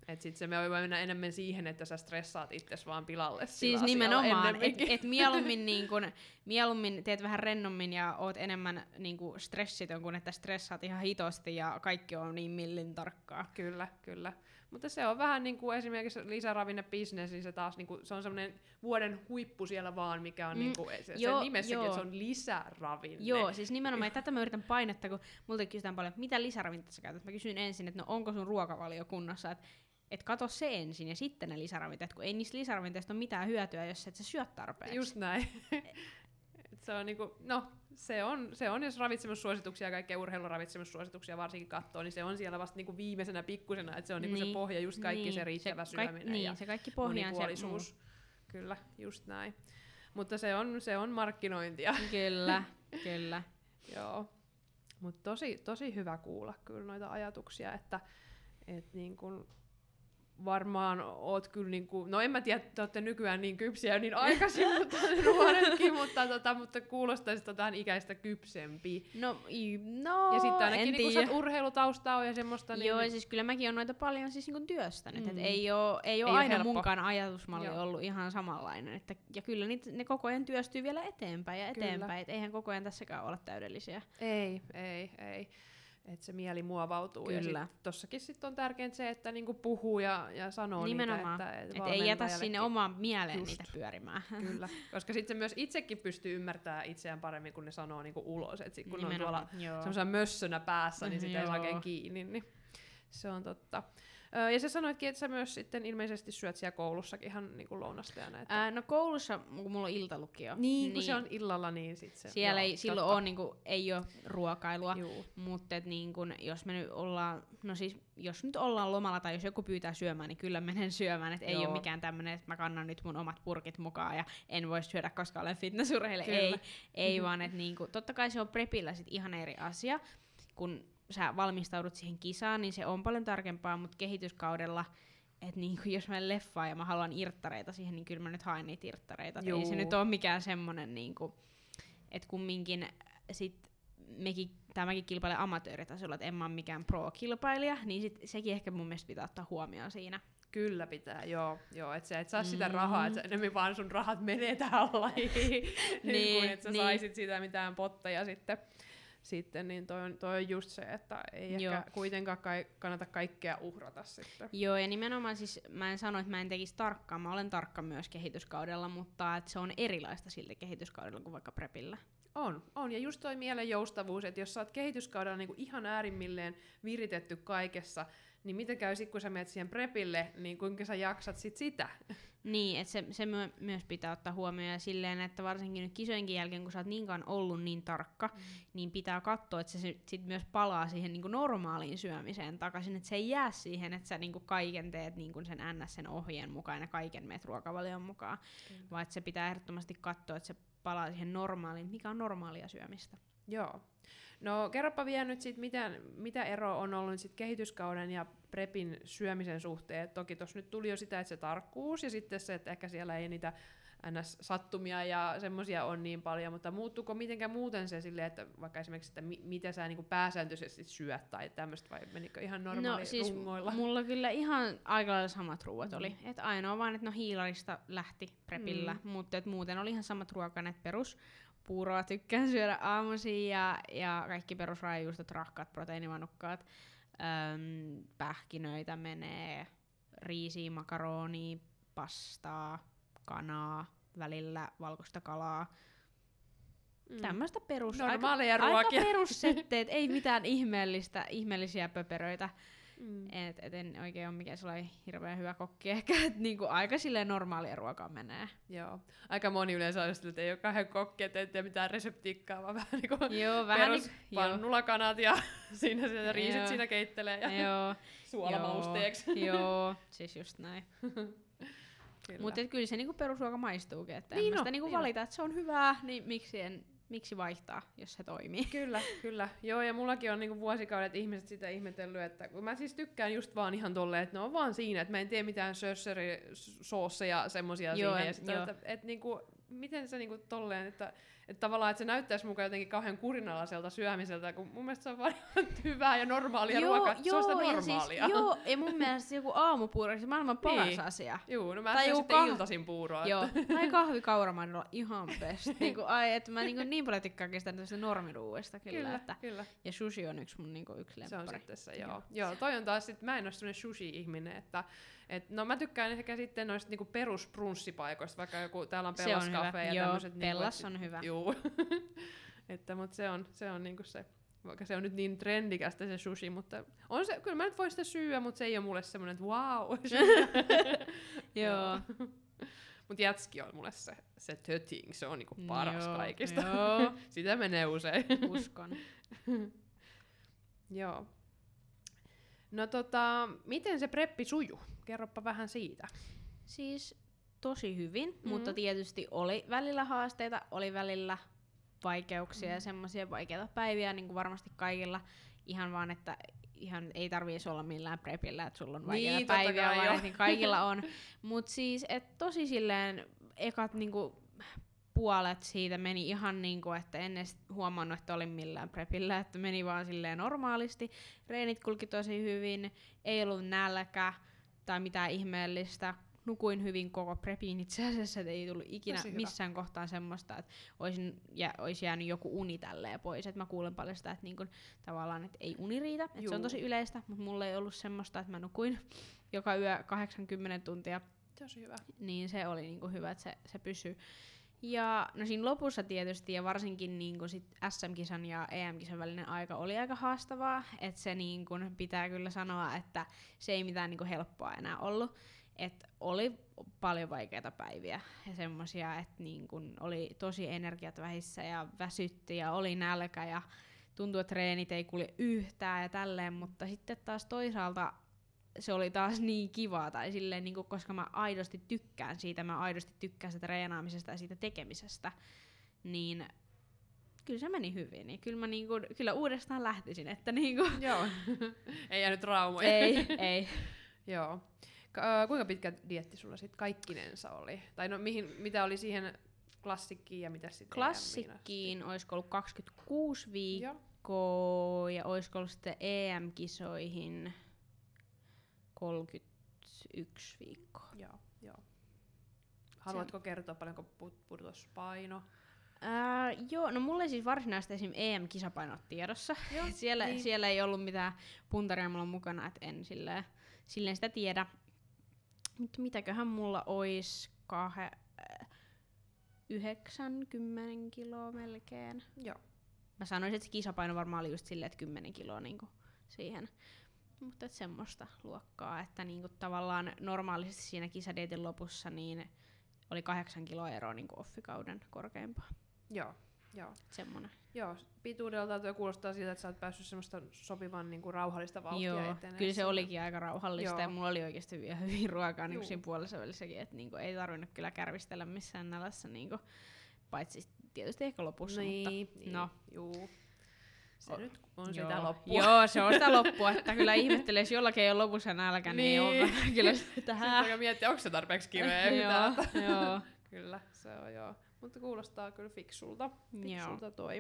Et sit se me voi mennä enemmän siihen, että sä stressaat itses vaan pilalle. Siis nimenomaan, että et mieluummin, niin kun, mieluummin teet vähän rennommin ja oot enemmän niin kun stressitön, kuin että stressaat ihan hitosti ja kaikki on niin millin tarkkaa. Kyllä, kyllä. Mutta se on vähän niin kuin esimerkiksi lisäravinnebisnes, niin se taas niin kuin, se on semmoinen vuoden huippu siellä vaan, mikä on mm, niin kuin, se, joo, se nimessäkin, joo. että se on lisäravinne. Joo, siis nimenomaan, että tätä mä yritän painottaa, kun multa kysytään paljon, mitä lisäravinteita sä käytät. Mä kysyn ensin, että no onko sun ruokavalio kunnossa, että et kato se ensin ja sitten ne lisäravinteet, kun ei niistä lisäravinteista ole mitään hyötyä, jos et sä syö tarpeeksi. Just näin. Se on niinku, no, se on, se on, jos ravitsemussuosituksia ja kaikkea urheiluravitsemussuosituksia varsinkin katsoo, niin se on siellä vasta niinku viimeisenä pikkusena, että se on niinku niin, se pohja, just kaikki niin, se riittävä se syöminen kaik, niin, ja se kaikki pohja monipuolisuus. Se, mm. Kyllä, just näin. Mutta se on, se on markkinointia. Kyllä, kyllä. Joo. Mutta tosi, tosi hyvä kuulla kyllä noita ajatuksia, että et niin kun varmaan oot kyllä niinku, no en mä tiedä, että te ootte nykyään niin kypsiä ja niin aikaisin, mutta nuoretkin, mutta, tota, mutta kuulostaisit tähän ikäistä kypsempi. No, no ja sitten ainakin niinku sä urheilutaustaa on ja semmoista. Joo, niin, siis kyllä mäkin oon noita paljon siis niinku työstänyt, mm. että ei oo, ei oo ei aina helppo. munkaan ajatusmalli Joo. ollut ihan samanlainen, että, ja kyllä niitä, ne koko ajan työstyy vielä eteenpäin ja eteenpäin, että eihän koko ajan tässäkään olla täydellisiä. Ei, ei, ei. Että se mieli muovautuu. Kyllä. Ja sit tossakin sit on tärkeintä se, että niinku puhuu ja, ja sanoo nimenomaan. niitä. Että et ei jätä sinne omaan mieleen just niitä pyörimään. Kyllä, koska sitten se myös itsekin pystyy ymmärtämään itseään paremmin, kun ne sanoo niinku ulos. Et sit kun nimenomaan. On tuolla semmoisena mössönä päässä, niin sitä ei saa oikein kiinni. Niin se on totta. Öö, ja sä sanoitkin, että sä myös sitten ilmeisesti syöt siellä koulussakin ihan niinku lounasta ja näitä. Ää, no koulussa, kun mulla on iltalukio. Niin, kun niin, se on illalla, niin sit se. Siellä joo, ei silloin ole, niinku, ei ole ruokailua, Juu. mutta niinku, jos me nyt ollaan, no siis jos nyt ollaan lomalla tai jos joku pyytää syömään, niin kyllä menen syömään, että ei ole mikään tämmönen, että mä kannan nyt mun omat purkit mukaan ja en voi syödä, koska olen fitnessurheilija. Ei, ei vaan, että niinku, totta kai se on prepillä sit ihan eri asia, kun sä valmistaudut siihen kisaan, niin se on paljon tarkempaa, mutta kehityskaudella, että niinku, jos mä leffaan ja mä haluan irttareita siihen, niin kyllä mä nyt haen niitä irttareita. Ei se nyt ole mikään semmonen, niinku, että kumminkin sit mekin, tämäkin kilpailee amatööritasolla, että en mä ole mikään pro-kilpailija, niin sit sekin ehkä mun mielestä pitää ottaa huomioon siinä. Kyllä pitää, joo. joo että sä et saa mm. sitä rahaa, että enemmän vaan sun rahat menee tähän lajiin, niin, kuin että sä niin. saisit sitä mitään potteja sitten. Sitten, niin toi on, toi on just se, että ei Joo. ehkä kuitenkaan kai, kannata kaikkea uhrata sitten. Joo, ja nimenomaan siis mä en sano, että mä en tekisi tarkkaan, mä olen tarkka myös kehityskaudella, mutta että se on erilaista silti kehityskaudella kuin vaikka prepillä. On, on. Ja just toi mielen joustavuus, että jos sä oot kehityskaudella niinku ihan äärimmilleen viritetty kaikessa, niin mitä käy sit, kun sä menet siihen prepille, niin kuinka sä jaksat sit sitä? Niin, että se, se myö, myös pitää ottaa huomioon ja silleen, että varsinkin nyt kisojenkin jälkeen, kun sä oot niinkaan ollut niin tarkka, mm. niin pitää katsoa, että se sit myös palaa siihen niinku normaaliin syömiseen takaisin, että se ei jää siihen, että sä niinku kaiken teet niinku sen N S sen ohjeen mukaan ja kaiken meet ruokavalion mukaan, mm. vaan että se pitää ehdottomasti katsoa, että se palaa siihen normaaliin, mikä on normaalia syömistä. Joo. No kerropa vielä nyt sit, mitä, mitä ero on ollut sit kehityskauden ja prepin syömisen suhteen. Toki tuossa nyt tuli jo sitä, että se tarkkuus ja sitten se, että ehkä siellä ei niitä ns-sattumia ja semmoisia on niin paljon, mutta muuttuuko mitenkään muuten se silleen, että vaikka esimerkiksi, että mi- mitä sä niinku pääsääntöisesti syöt tai tämmöistä, vai menikö ihan normaali no, siis rungoilla? Mulla kyllä ihan aika lailla samat ruuat mm. oli. Et ainoa vaan, että no hiilarista lähti prepillä, mm. mutta et muuten oli ihan samat ruokaneet perus. Puuroa tykkään syödä aamuisin ja, ja kaikki perusraajuustot, rahkaat, proteiinivanukkaat, äm, pähkinöitä menee, riisiä, makaronia, pastaa, kanaa, välillä valkoista kalaa. Mm. Tämmöistä perus, normaaleja aika, ruokia. aika perussetteet, ei mitään ihmeellistä, ihmeellisiä pöperöitä. Mm. Et, et en oikein ole mikään sellainen hirveän hyvä kokki ehkä, että niinku aika silleen normaalia ruokaa menee. Joo. Aika moni yleensä on että ei ole kahden kokki, että ei tee mitään reseptiikkaa, vaan vähän niinku joo, vähän perus niin, pannulakanat ja siinä se riisit joo. siinä keittelee ja joo. suolamausteeksi. Joo, siis just näin. Mutta kyllä se niinku perusruoka maistuukin, että niin en mä sitä no, niinku niin valita, että se on hyvää, niin miksi, en, miksi vaihtaa, jos se toimii. Kyllä, kyllä. Joo, ja mullakin on niinku vuosikaudet ihmiset sitä ihmetellyt, että kun mä siis tykkään just vaan ihan tolleen, että ne on vaan siinä, että mä en tee mitään sösserisoosseja semmosia joo, siihen, ja et, sit, että et, niinku, miten se niinku tolleen, että, että tavallaan että se näyttäisi mukaan jotenkin kauhean kurinalaiselta syömiseltä, kun mun mielestä se on vaan hyvää ja normaalia joo, ruokaa, joo, se on sitä ja normaalia. Siis, joo, ja mun mielestä joku aamupuuro on se maailman paras niin. asia. Joo, no mä tai syön sitten kah- iltaisin puuroa. Joo, tai kahvikauramainen on ihan best. niinku, ai, että mä niinku niin paljon tykkään kestää tästä normiruuesta kyllä. Kyllä, että, kyllä. Ja sushi on yksi mun niinku, yksi lemppari. Se on sitten se, joo. Joo, toi on taas sit, mä en oo semmonen sushi-ihminen, että et, no mä tykkään ehkä sitten noista niinku perusprunssipaikoista, vaikka joku, täällä on Pellas Cafe ja joo, tämmöset. Pellas niinku, on hyvä. Juu. että mut se on, se on niinku se, vaikka se on nyt niin trendikästä se sushi, mutta on se, kyllä mä nyt voin sitä syödä, mutta se ei ole mulle semmonen, että wow. Joo. Mut jätski on mulle se, se töting, se on niinku paras joo, kaikista. Joo. Sitä menee usein. Uskon. Joo. No tota, miten se preppi suju? Kerropa vähän siitä. Siis tosi hyvin, Mm-hmm. mutta tietysti oli välillä haasteita, oli välillä vaikeuksia Mm-hmm. ja semmoisia vaikeita päiviä, niin kuin varmasti kaikilla. Ihan vaan, että ihan ei tarvii olla millään prepillä, että sulla on vaikeita Niin, totta päiviä, kai, vaan joo. että niin kaikilla on. Mut siis, että tosi silleen ekat niinku puolet siitä meni ihan niinku, että en edes huomannut, että olin millään prepillä, että meni vaan silleen normaalisti. Reenit kulki tosi hyvin, ei ollut nälkä tai mitään ihmeellistä. Nukuin hyvin koko prepin itse asiassa, että ei tullut ikinä missään kohtaan semmoista, että olisin, ja, olisi jäänyt joku uni tälleen pois. Et mä kuulen paljon sitä, että niinku, tavallaan et ei uni riitä, että se on tosi yleistä, mutta mulla ei ollut semmoista, että mä nukuin joka yö kahdeksankymmentä tuntia. Tosi hyvä. Niin se oli niinku hyvä, että se, se pysyy. Ja no siinä lopussa tietysti, ja varsinkin niinku sit S M-kisan ja E M-kisan välinen aika oli aika haastavaa, että se niinku pitää kyllä sanoa, että se ei mitään niinku helppoa enää ollut. Et oli paljon vaikeita päiviä ja semmosia, että niinku oli tosi energiat vähissä ja väsytti ja oli nälkä ja tuntui, että treenit ei kulje yhtään ja tälleen, mutta sitten taas toisaalta se oli taas niin kivaa, tai silleen, niin kuin, koska mä aidosti tykkään siitä, mä aidosti tykkään sitä treenaamisesta ja siitä tekemisestä, niin kyllä se meni hyvin. Niin kyllä mä niin kuin, kyllä uudestaan lähtisin, että niin kuin Joo, ei jäänyt traumoja. ei, ei. Joo. Ka- äh, kuinka pitkä dieetti sulla sitten kaikkinensa oli? Tai no mihin, mitä oli siihen klassikkiin ja mitä sitten Klassikkiin olisiko ollut kaksikymmentäkuusi viikkoa ja olisiko ollut sitten E M-kisoihin kolmekymmentäyksi viikkoa. Joo, joo. Haluatko kertoa paljonko putosi paino? Ää, joo, no mulla ei siis varsinaisesti esim. E M-kisapainot tiedossa. Joo, siellä, niin. siellä ei ollut mitään puntaria mulla mukana, et en silleen, silleen sitä tiedä. Mutta mitäköhän mulla ois kahe, äh, yhdeksänkymmentä kiloa melkein. Joo. Mä sanoisin, että se kisapaino varmaan oli just silleen, että kymmenen kiloa niinku siihen. Mutta et semmoista luokkaa, että niinku tavallaan normaalisti siinä kisadietin lopussa niin oli kahdeksan kiloa eroa niinku offikauden korkeimpaa. Joo, joo. Semmonen. Joo, pituudelta tuo kuulostaa siltä, että sä oot päässyt semmoista sopivan niinku rauhallista vauhtia Joo, eteneen. kyllä se olikin aika rauhallista. Joo. Ja mulla oli oikeasti vielä hyvin ruokaa niin Juu. siinä puolessa välissäkin, että niinku ei tarvinnut kyllä kärvistellä missään nälässä, niinku, paitsi tietysti ehkä lopussa, niin, mutta niin, no. Juu. Se O- nyt on Joo. sitä loppua. Joo, se on sitä loppua, että kyllä ihmettelee, jos jollakin ei ole lopussa nälkä, niin, Niin. niin on vähän kyllä sitä Sitten hää. aika miettiä, onko se tarpeeksi kiveä. Joo, mitä- joo. Kyllä, se on joo. Mutta kuulostaa kyllä fiksulta. Joo. Fiksulta toi.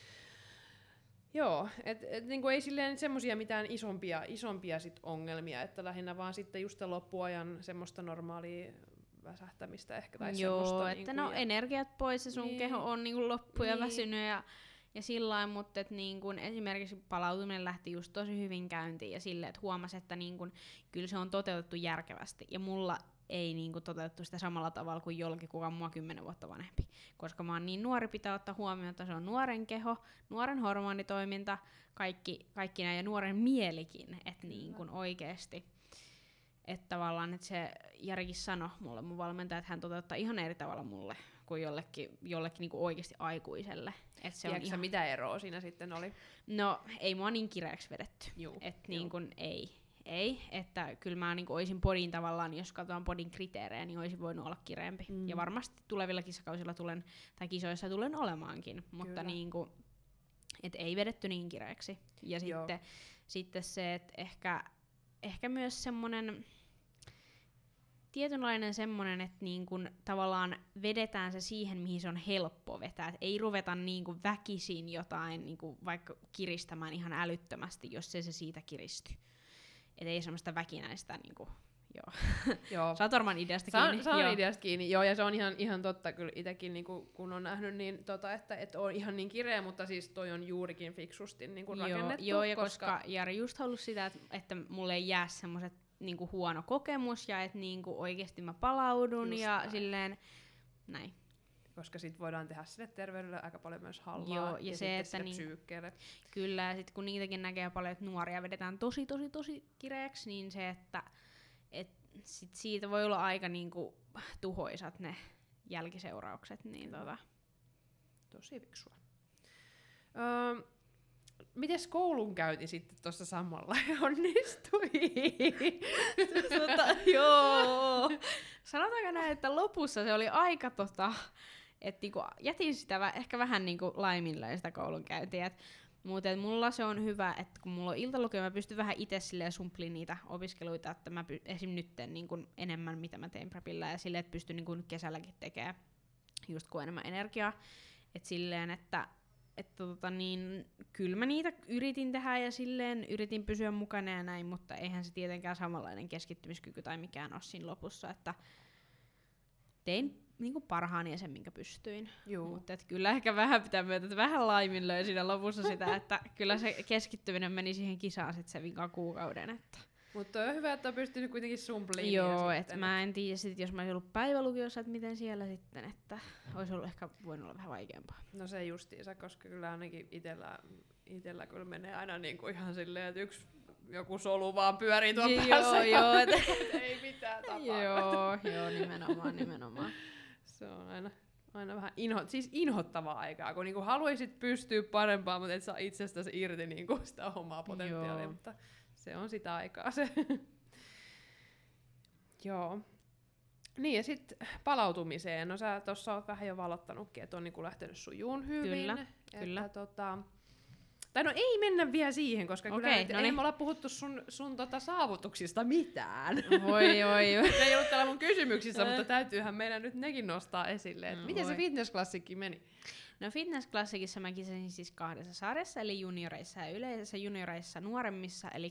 Joo, et, et niinku ei silleen semmosia mitään isompia, isompia sit ongelmia, että lähinnä vaan sitten just sen loppuajan semmoista normaalia väsähtämistä ehkä tai Joo, semmoista. että niinku, no ja- energiat pois ja sun Niin. keho on niinku loppu ja Niin. väsynyt ja, ja sillain, mutta et niinku esimerkiksi palautuminen lähti just tosi hyvin käyntiin ja silleen, että huomasi, että niinku, kyllä se on toteutettu järkevästi ja mulla ei niinku toteutettu sitä samalla tavalla kuin jollakin, kuka on mua kymmenen vuotta vanhempi. Koska mä oon niin nuori, pitää ottaa huomioon, että se on nuoren keho, nuoren hormonitoiminta, kaikki, kaikki näin ja nuoren mielikin, että niinku oikeesti. Että tavallaan, että se Jarikin sanoi mulle, mun valmentaja, että hän toteuttaa ihan eri tavalla mulle kuin jollekin, jollekin niinku oikeasti aikuiselle. Et se on Tiedätkö sä, ihan... mitä eroa siinä sitten oli? No, ei mua niin kireäksi vedetty. Juu, Et juu. niin kun ei. Ei, että kyllä mä niin oisin podin tavallaan, jos katsotaan podin kriteerejä, niin olisin voinut olla kireempi. Mm. Ja varmasti tulevilla kisakausilla tulen, tai kisoissa tulen olemaankin, mutta Kyllä. niin kuin, et ei vedetty niin kireäksi. Ja Joo. sitten, sitten se, että ehkä, ehkä myös semmonen, tietynlainen semmonen, että niin kun tavallaan vedetään se siihen, mihin se on helppo vetää. Et ei ruveta niin kun väkisin jotain niin kun vaikka kiristämään ihan älyttömästi, jos ei se siitä kiristy. Et ei semmoista väkinäistä niinku, joo. Joo. Saat varmaan ideasta Saan, kiinni. saan joo. ideasta kiinni, joo, ja se on ihan, ihan totta kyllä itekin, niinku, kun on nähnyt, niin, tota, että et on ihan niin kireä, mutta siis toi on juurikin fiksusti niinku Joo, rakennettu. joo, ja koska, koska Jari just halus sitä, että, että mulle ei jää semmoset niinku huono kokemus, ja että niinku oikeesti mä palaudun, Just ja näin. silleen, näin. koska sit voidaan tehdä sille terveydelle aika paljon myös hallaa, Joo, ja ja se, sitten että sille niin- psyykkeelle. Kyllä, ja sit kun niitäkin näkee paljon, että nuoria vedetään tosi, tosi, tosi kireäksi, niin se, että et sit siitä voi olla aika niinku tuhoisat ne jälkiseuraukset, niin tota... Tosi fiksua. Öö, mites koulunkäynti sitten tuossa samalla onnistui? tota, joo. Sanotaanko näin, että lopussa se oli aika tota, että niinku jätin sitä vä- ehkä vähän niinku laiminlöin sitä koulunkäyntiä. Mutta mulla se on hyvä, että kun mulla on iltalukio, mä pystyn vähän itse silleen sumpliin niitä opiskeluita, että mä py- esim. Nytten niinku enemmän mitä mä teen prepillä ja silleen, että pystyn niinku nyt kesälläkin tekemään just kun on enemmän energiaa. Et silleen, että että tota niin, kyllä mä niitä yritin tehdä ja silleen yritin pysyä mukana ja näin, mutta eihän se tietenkään samanlainen keskittymiskyky tai mikään ole siinä lopussa, että tein niinku parhaani ja sen, minkä pystyin. Juu. Mutta kyllä ehkä vähän pitää myötä, että vähän laiminlöin siinä lopussa sitä, että kyllä se keskittyminen meni siihen kisaan sit se vika kuukauden. Että. Mutta on hyvä, että on pystynyt kuitenkin sumpliin. Joo, että mä en tiedä sit, jos mä olisin ollut päivälukiossa, että miten siellä sitten, että olisi ollut ehkä voinut olla vähän vaikeampaa. No se justiinsa, koska kyllä ainakin itellä, itellä kyllä menee aina niinku ihan silleen, että yksi joku solu vaan pyörii tuon Joo, päässä. joo, ja et- ei mitään tapaa. Joo, joo, nimenomaan, nimenomaan. Se on aina, aina vähän inho, siis inhottavaa aikaa, kun niinku haluaisit pystyä parempaan, mutta et saa itsestäsi irti niinku sitä omaa potentiaalia, Joo. mutta se on sitä aikaa se. Joo. Niin ja sitten palautumiseen, no sä tuossa oot vähän jo valottanutkin, että on niinku lähtenyt sujuun hyvin. Kyllä, että kyllä. Tota, tai no ei mennä vielä siihen, koska Okei, kyllä nyt, no ei niin. me olla puhuttu sun, sun tota saavutuksista mitään. Voi, voi, voi. Ne ei ollut täällä mun kysymyksissä, mutta täytyyhän meidän nyt nekin nostaa esille. Et No miten se voi. fitnessklassikki meni? No fitnessklassikissa mä kisasin siis kahdessa sarjassa, eli junioreissa ja yleisessä junioreissa nuoremmissa, eli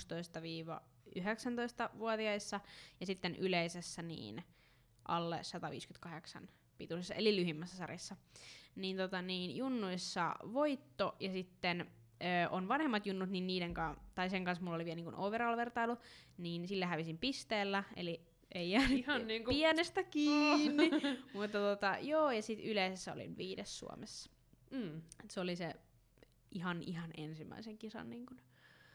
kuusitoista–yhdeksäntoista-vuotiaissa, ja sitten yleisessä niin alle sata viisikymmentäkahdeksan pituisessa, eli lyhimmässä sarjassa. Niin, tota, niin junnuissa voitto, ja sitten ö, on vanhemmat junnut, niin niiden kanssa, tai sen kanssa mulla oli vielä niin overall-vertailu, niin sillä hävisin pisteellä, eli ei jäänyt Ihan niinku- pienestä kiinni. Mutta tota, joo, ja sitten yleisessä olin viides Suomessa. Mm. Et se oli se ihan, ihan ensimmäisen kisan niin kun,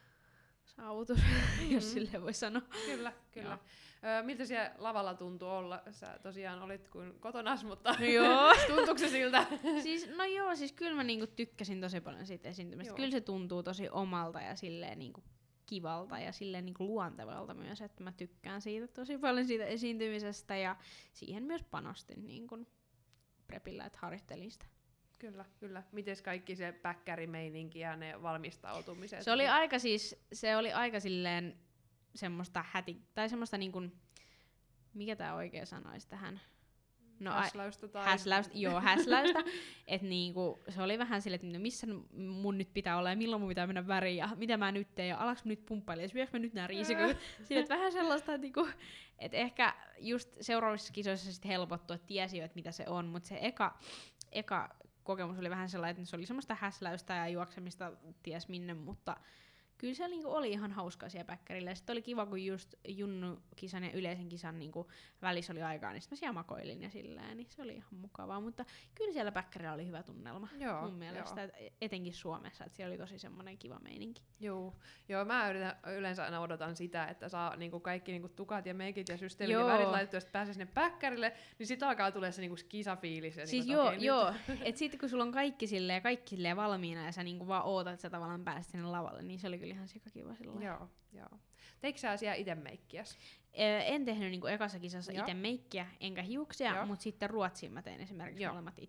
saavutus, Mm-hmm. jos silleen voi sanoa. Kyllä, kyllä. Joo. Öö, miltä siellä lavalla tuntui olla? Sä tosiaan olit kuin kotonas, mutta Joo. tuntuuko se siltä? Siis, no joo, siis kyllä mä niinku tykkäsin tosi paljon siitä esiintymistä. Joo. Kyllä se tuntuu tosi omalta ja silleen niinku kivalta ja silleen niinku luontevalta myös, että mä tykkään siitä tosi paljon siitä esiintymisestä ja siihen myös panostin niinku prepillä, että harjoittelin sitä. Kyllä, kyllä. Mites kaikki se päkkärimeininki ja ne valmistautumiset? Se oli aika siis, se oli aika silleen semmoista häti, tai semmoista niinku, mikä tää oikea sana olisi tähän? No, ai- häsläystä tai... häsläystä, joo, häsläystä. Et niinku, se oli vähän silleen, että no missä mun nyt pitää olla ja milloin mun pitää mennä väriin ja mitä mä nyt teen ja alaks mä nyt pumppailla ja syöks mä nyt nää riisikot. Silleen, että vähän sellaista, että niinku, et ehkä just seuraavissa kisoissa sit helpottui, että tiesi jo, että mitä se on, mutta se eka, eka kokemus oli vähän sellainen, että se oli semmoista häsläystä ja juoksemista ties minne, mutta kyllä se niinku oli ihan hauskaa siellä päkkärillä. Ja sitten oli kiva, kun just junnu-kisan ja yleisen kisan niinku välissä oli aikaa, niin sitten mä siellä makoilin ja silleen, niin se oli ihan mukavaa. Mutta kyllä siellä päkkärillä oli hyvä tunnelma Joo, mun mielestä, joo. et etenkin Suomessa, että siellä oli tosi semmoinen kiva meininki. Joo. Joo, mä yritän, yleensä aina odotan sitä, että saa niinku kaikki niinku tukat ja meikit ja systeemit Joo. ja värit laitettua, ja sitten pääsee sinne päkkärille, niin sit alkaa tulee se niinku kisafiilis. Ja Siis niinku, joo, okei, nyt- joo. että sitten kun sulla on kaikki silleen, kaikki silleen valmiina ja sä niinku vaan ootat, että sä tavallaan pääset sinne lavalle, niin se oli kyllä ihan sikakiva silloin. Joo, joo. Teikö sä siellä ite meikkiäs? Ö, En tehnyt niinku ekassa kisassa Joo. itse meikkiä enkä hiuksia, Joo. mutta sitten Ruotsiin mä tein esimerkiksi Joo. molemmat itse.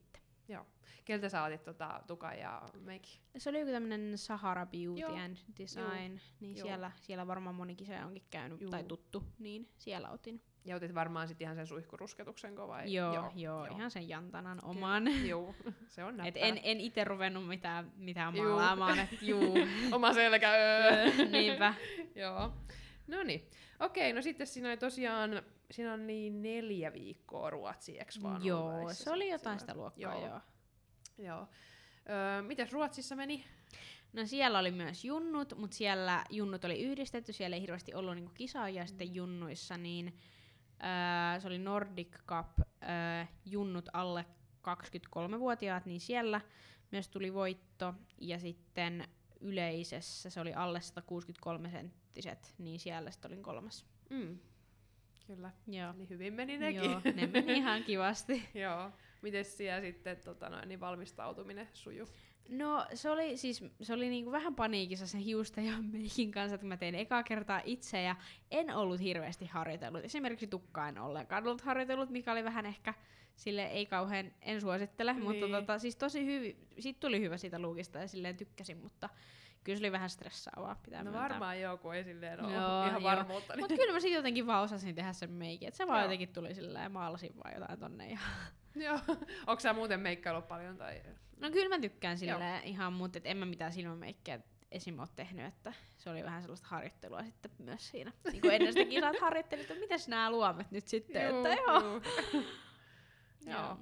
Joo. Keltä sä otit tota, tukan ja meikki? Se oli joku tämmönen Sahara Beauty Joo. and Design, Joo. niin siellä, siellä varmaan moni kisaaja onkin käynyt Joo. tai tuttu, niin siellä otin. Ja otit varmaan sit ihan sen suihkurusketuksen vai? Joo, joo, joo, ihan sen jantanan oman. Joo, se on näppärä. Et en, en ite ruvennut mitään, mitään maalaamaan, että juu. Oma selkä. Niinpä. Joo. Noniin. Okei, no sitten siinä oli tosiaan, siinä on niin neljä viikkoa ruotsia, eks vaan? Joo, se oli jotain sitä luokkaa, joo. joo. joo. Öö, mites Ruotsissa meni? No siellä oli myös junnut, mutta siellä junnut oli yhdistetty, siellä ei hirveästi ollut niinku kisaajia mm. sitten junnuissa, niin öö, se oli Nordic Cup öö, junnut alle kaksikymmentäkolmevuotiaat, niin siellä myös tuli voitto, ja sitten yleisessä se oli alle sata kuusikymmentäkolme senttiset, niin siellä sitten olin kolmas. Mm. Kyllä, Joo. eli hyvin meni nekin. Joo, ne meni ihan kivasti. Joo. Mites siellä sitten tota noin, niin valmistautuminen sujuu? No se oli siis se oli niinku vähän paniikissa sen hiusten ja meikin kanssa, että mä tein ekaa kertaa itse ja en ollut hirveästi harjoitellut. Esimerkiksi tukkaa en ollenkaan ollut harjoitellut, mikä oli vähän ehkä sille ei kauhean, en suosittele, niin. mutta tota, siis tosi hyvin, siitä tuli hyvä siitä luukista ja silleen tykkäsin, mutta kyllä se oli vähän stressaavaa. Pitää no myöntää. Varmaan joo, kun ei silleen ole joo, ihan varmuutta. Niin. Mutta kyllä mä sitten jotenkin vaan osasin tehdä sen meikin, että se vaan jotenkin tuli silleen, maalasin vaan jotain tonne. Ja joo, onko sä muuten meikkaillut paljon? Tai? No kyllä mä tykkään silleen ihan, mutta en mä mitään silmämeikkiä esim. Ole tehnyt, että se oli vähän sellaista harjoittelua sitten myös siinä. Niin kuin ennen sitä kisaa harjoittelit, että mitäs nämä luomet nyt sitten, Juu, että joo. Juu. Joo.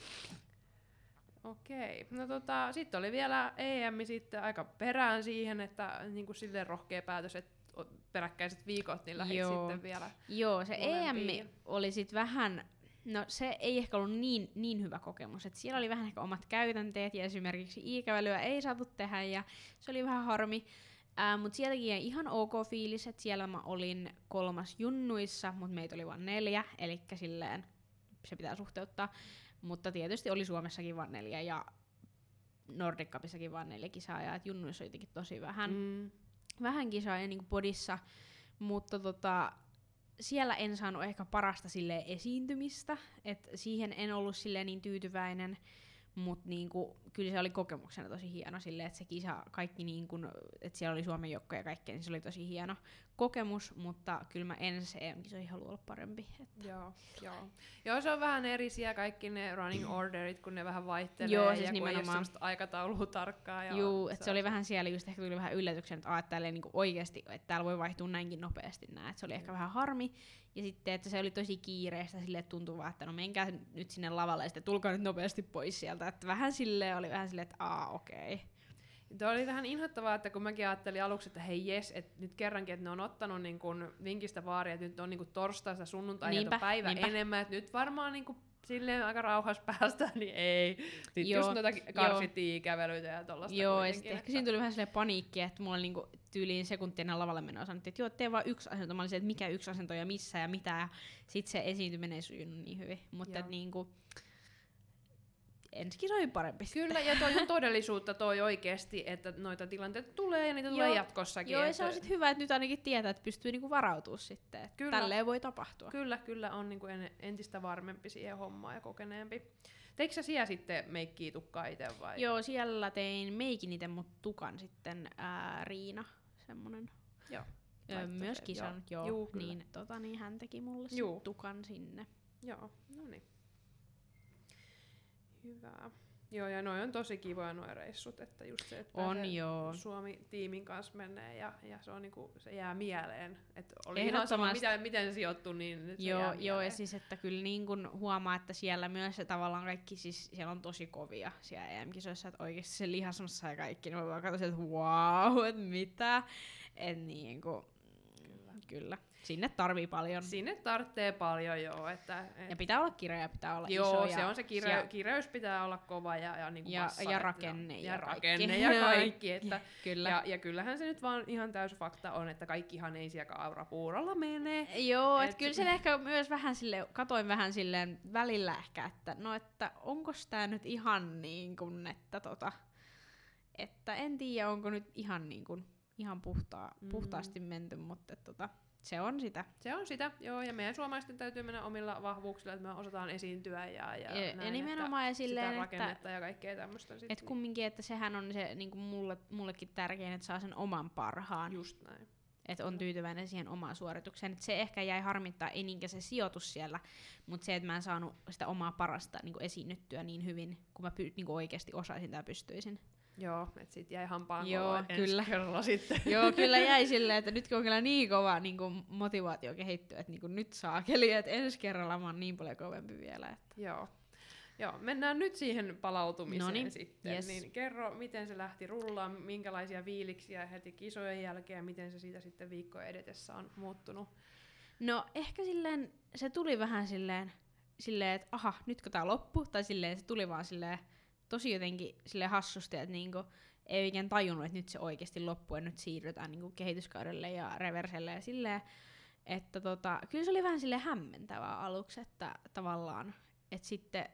Okei. No tota, sitten oli vielä E M sitten aika perään siihen, että niinku silleen rohkea päätös, että peräkkäiset viikot, niin lähdit Joo. sitten vielä Joo, se molempiin. E M oli sit vähän, no se ei ehkä ollut niin, niin hyvä kokemus, että siellä oli vähän ehkä omat käytänteet ja esimerkiksi i-kävelyä ei saatu tehdä ja se oli vähän harmi. Äh, mutta sieltäkin jäi ihan ok fiilis, että siellä mä olin kolmas junnuissa, mutta meitä oli vain neljä, eli silleen se pitää suhteuttaa. Mutta tietysti oli Suomessakin vain neljä ja Nordic Cupissakin vain neljä kisaajaa, että junnuissa oli jotenkin tosi vähän, mm. vähän kisaajia niin kuin bodissa, mutta tota, siellä en saanut ehkä parasta silleen esiintymistä, että siihen en ollut silleen niin tyytyväinen, mutta niinku, kyllä se oli kokemuksena tosi hieno silleen, että se kisa, kaikki niinku, että siellä oli Suomen joukkoja ja kaikkea, niin se oli tosi hieno kokemus, mutta kyllä mä ensi E M-kisoihin haluan olla parempi. Että. Joo, joo. Joo, se on vähän eri siellä kaikki ne running orderit, kun ne vähän vaihtelee joo, siis ja nimenomaan. kun ei ole sellaista aikataulua tarkkaa. Ja joo, että se, se oli vähän siellä just ehkä tuli vähän yllätyksen, että aah, täällä niinku oikeesti, että täällä voi vaihtua näinkin nopeasti nää, että se oli mm. ehkä vähän harmi. Ja sitten, että se oli tosi kiireistä, silleen tuntui vaan, että no menkää nyt sinne lavalle ja sitten tulkaa nyt nopeasti pois sieltä. Että vähän silleen oli vähän silleen, että aa okei. Okay. Tuo oli vähän inhottavaa, että kun mäkin ajattelin aluksi, että hei jes, että nyt kerrankin, että ne on ottanut niin kun vinkistä vaaria, että nyt on niin kun torstaista sunnuntaina päivä niinpä. enemmän, että nyt varmaan niin kun silleen aika rauhassa päästään, niin ei. Sitten joo, just noita karsittiin-kävelyitä ja tollaista. Joo, ja sitten ehkä siinä tuli vähän silleen paniikki, että mulla oli niinku tyyliin sekuntia lavalle menoa sanottiin, että joo, tee vaan yksi asento. Mä olin se, että mikä yksi asento ja missä ja mitä, ja sit se esiintyminen ei sujunut niin hyvin. Mutta niinku, ensi kisoihin parempi. Kyllä, ja toi on todellisuutta toi oikeesti, että noita tilanteita tulee ja niitä tulee jatkossakin. Joo, että ja se on sit hyvä, että nyt ainakin tietää, että pystyy niinku varautumaan sitten, että kyllä. Tälleen voi tapahtua. Kyllä, kyllä on niinku en, entistä varmempi siihen hommaan ja kokeneempi. Teikö sä siellä sitten meikkiä tukkaa itse vai? Joo, siellä tein meikin itse, mut tukan sitten ää, Riina, semmonen. Joo. Öö, myös kisannut, joo, joo niin, tota, niin hän teki mulle sit tukan sinne. Joo, no niin. Hyvä. Joo, ja noi on tosi kivoja noi reissut, että just se, että on, joo. Suomi-tiimin kanssa menee ja, ja se, on niinku, se jää mieleen. Että oli ihan sama, miten, miten se sijoittui, niin nyt joo, se jää joo, ja siis että kyllä niin kun huomaa, että siellä myös se tavallaan kaikki, siis siellä on tosi kovia siellä E M-kisoissa, että oikeasti se lihasmassa ja kaikki, niin mä vaan katsoin, että wow, että mitä, että niinku, kyllä. kyllä. Sinne tarvii paljon. Sinne tarvitsee paljon, joo. Että, et... Ja pitää olla kireä, pitää olla joo, iso. se ja on se kire- ja... kireys pitää olla kova ja, ja, niinku ja, massa, ja rakenne ja, ja, ja kaikki. rakenne ja kaikki. Että, Kyllä. Ja, ja kyllähän se nyt vaan ihan täys fakta on, että kaikkihan ei siellä kaurapuurolla mene. Joo, et, et kyllä se ehkä myös vähän sille, katoin vähän silleen välillä ehkä, että no että onkos tää nyt ihan niin kuin, että tota, että en tiedä onko nyt ihan niin kuin, ihan puhtaa, mm. puhtaasti menty, mutta tota, se on sitä. Se on sitä, joo, ja meidän suomalaisten täytyy mennä omilla vahvuuksilla, että me osataan esiintyä ja, ja, ja, näin, ja nimenomaan että silleen, sitä rakennetta että, ja kaikkea tämmöistä. Et kumminkin, että sehän on se niinku mulle, mullekin tärkein, että saa sen oman parhaan. Just näin. Että on tyytyväinen siihen omaan suoritukseen. Et se ehkä jäi harmittaa, ei niinkään se sijoitus siellä, mutta se, että mä en saanut sitä omaa parasta niinku esiinnyttyä niin hyvin, kun mä py, niinku oikeasti osaisin tai pystyisin. Joo, että sit jäi hampaan Joo, kyllä. kerralla sitten. Joo, kyllä jäi silleen, että nyt kun on kyllä niin kova niin kuin motivaatio kehittyä, että niin kuin nyt saa keliä, että ensi kerralla mä oon niin paljon kovempi vielä. Että. Joo. Joo, mennään nyt siihen palautumiseen Noniin, sitten. yes. Niin kerro, miten se lähti rullaan, minkälaisia fiiliksiä heti kisojen jälkeen, miten se siitä sitten viikkojen edetessä on muuttunut? No ehkä silleen, se tuli vähän silleen, silleen että aha, nytkö tää loppu, tai silleen se tuli vaan silleen, tosi jotenkin silleen hassusti, että niinku ei oikein tajunnut, että nyt se oikeasti loppuu ja nyt siirrytään niinku kehityskaudelle ja reverselle ja silleen, että tota, kyllä se oli vähän silleen hämmentävää aluksi, että tavallaan, että sitten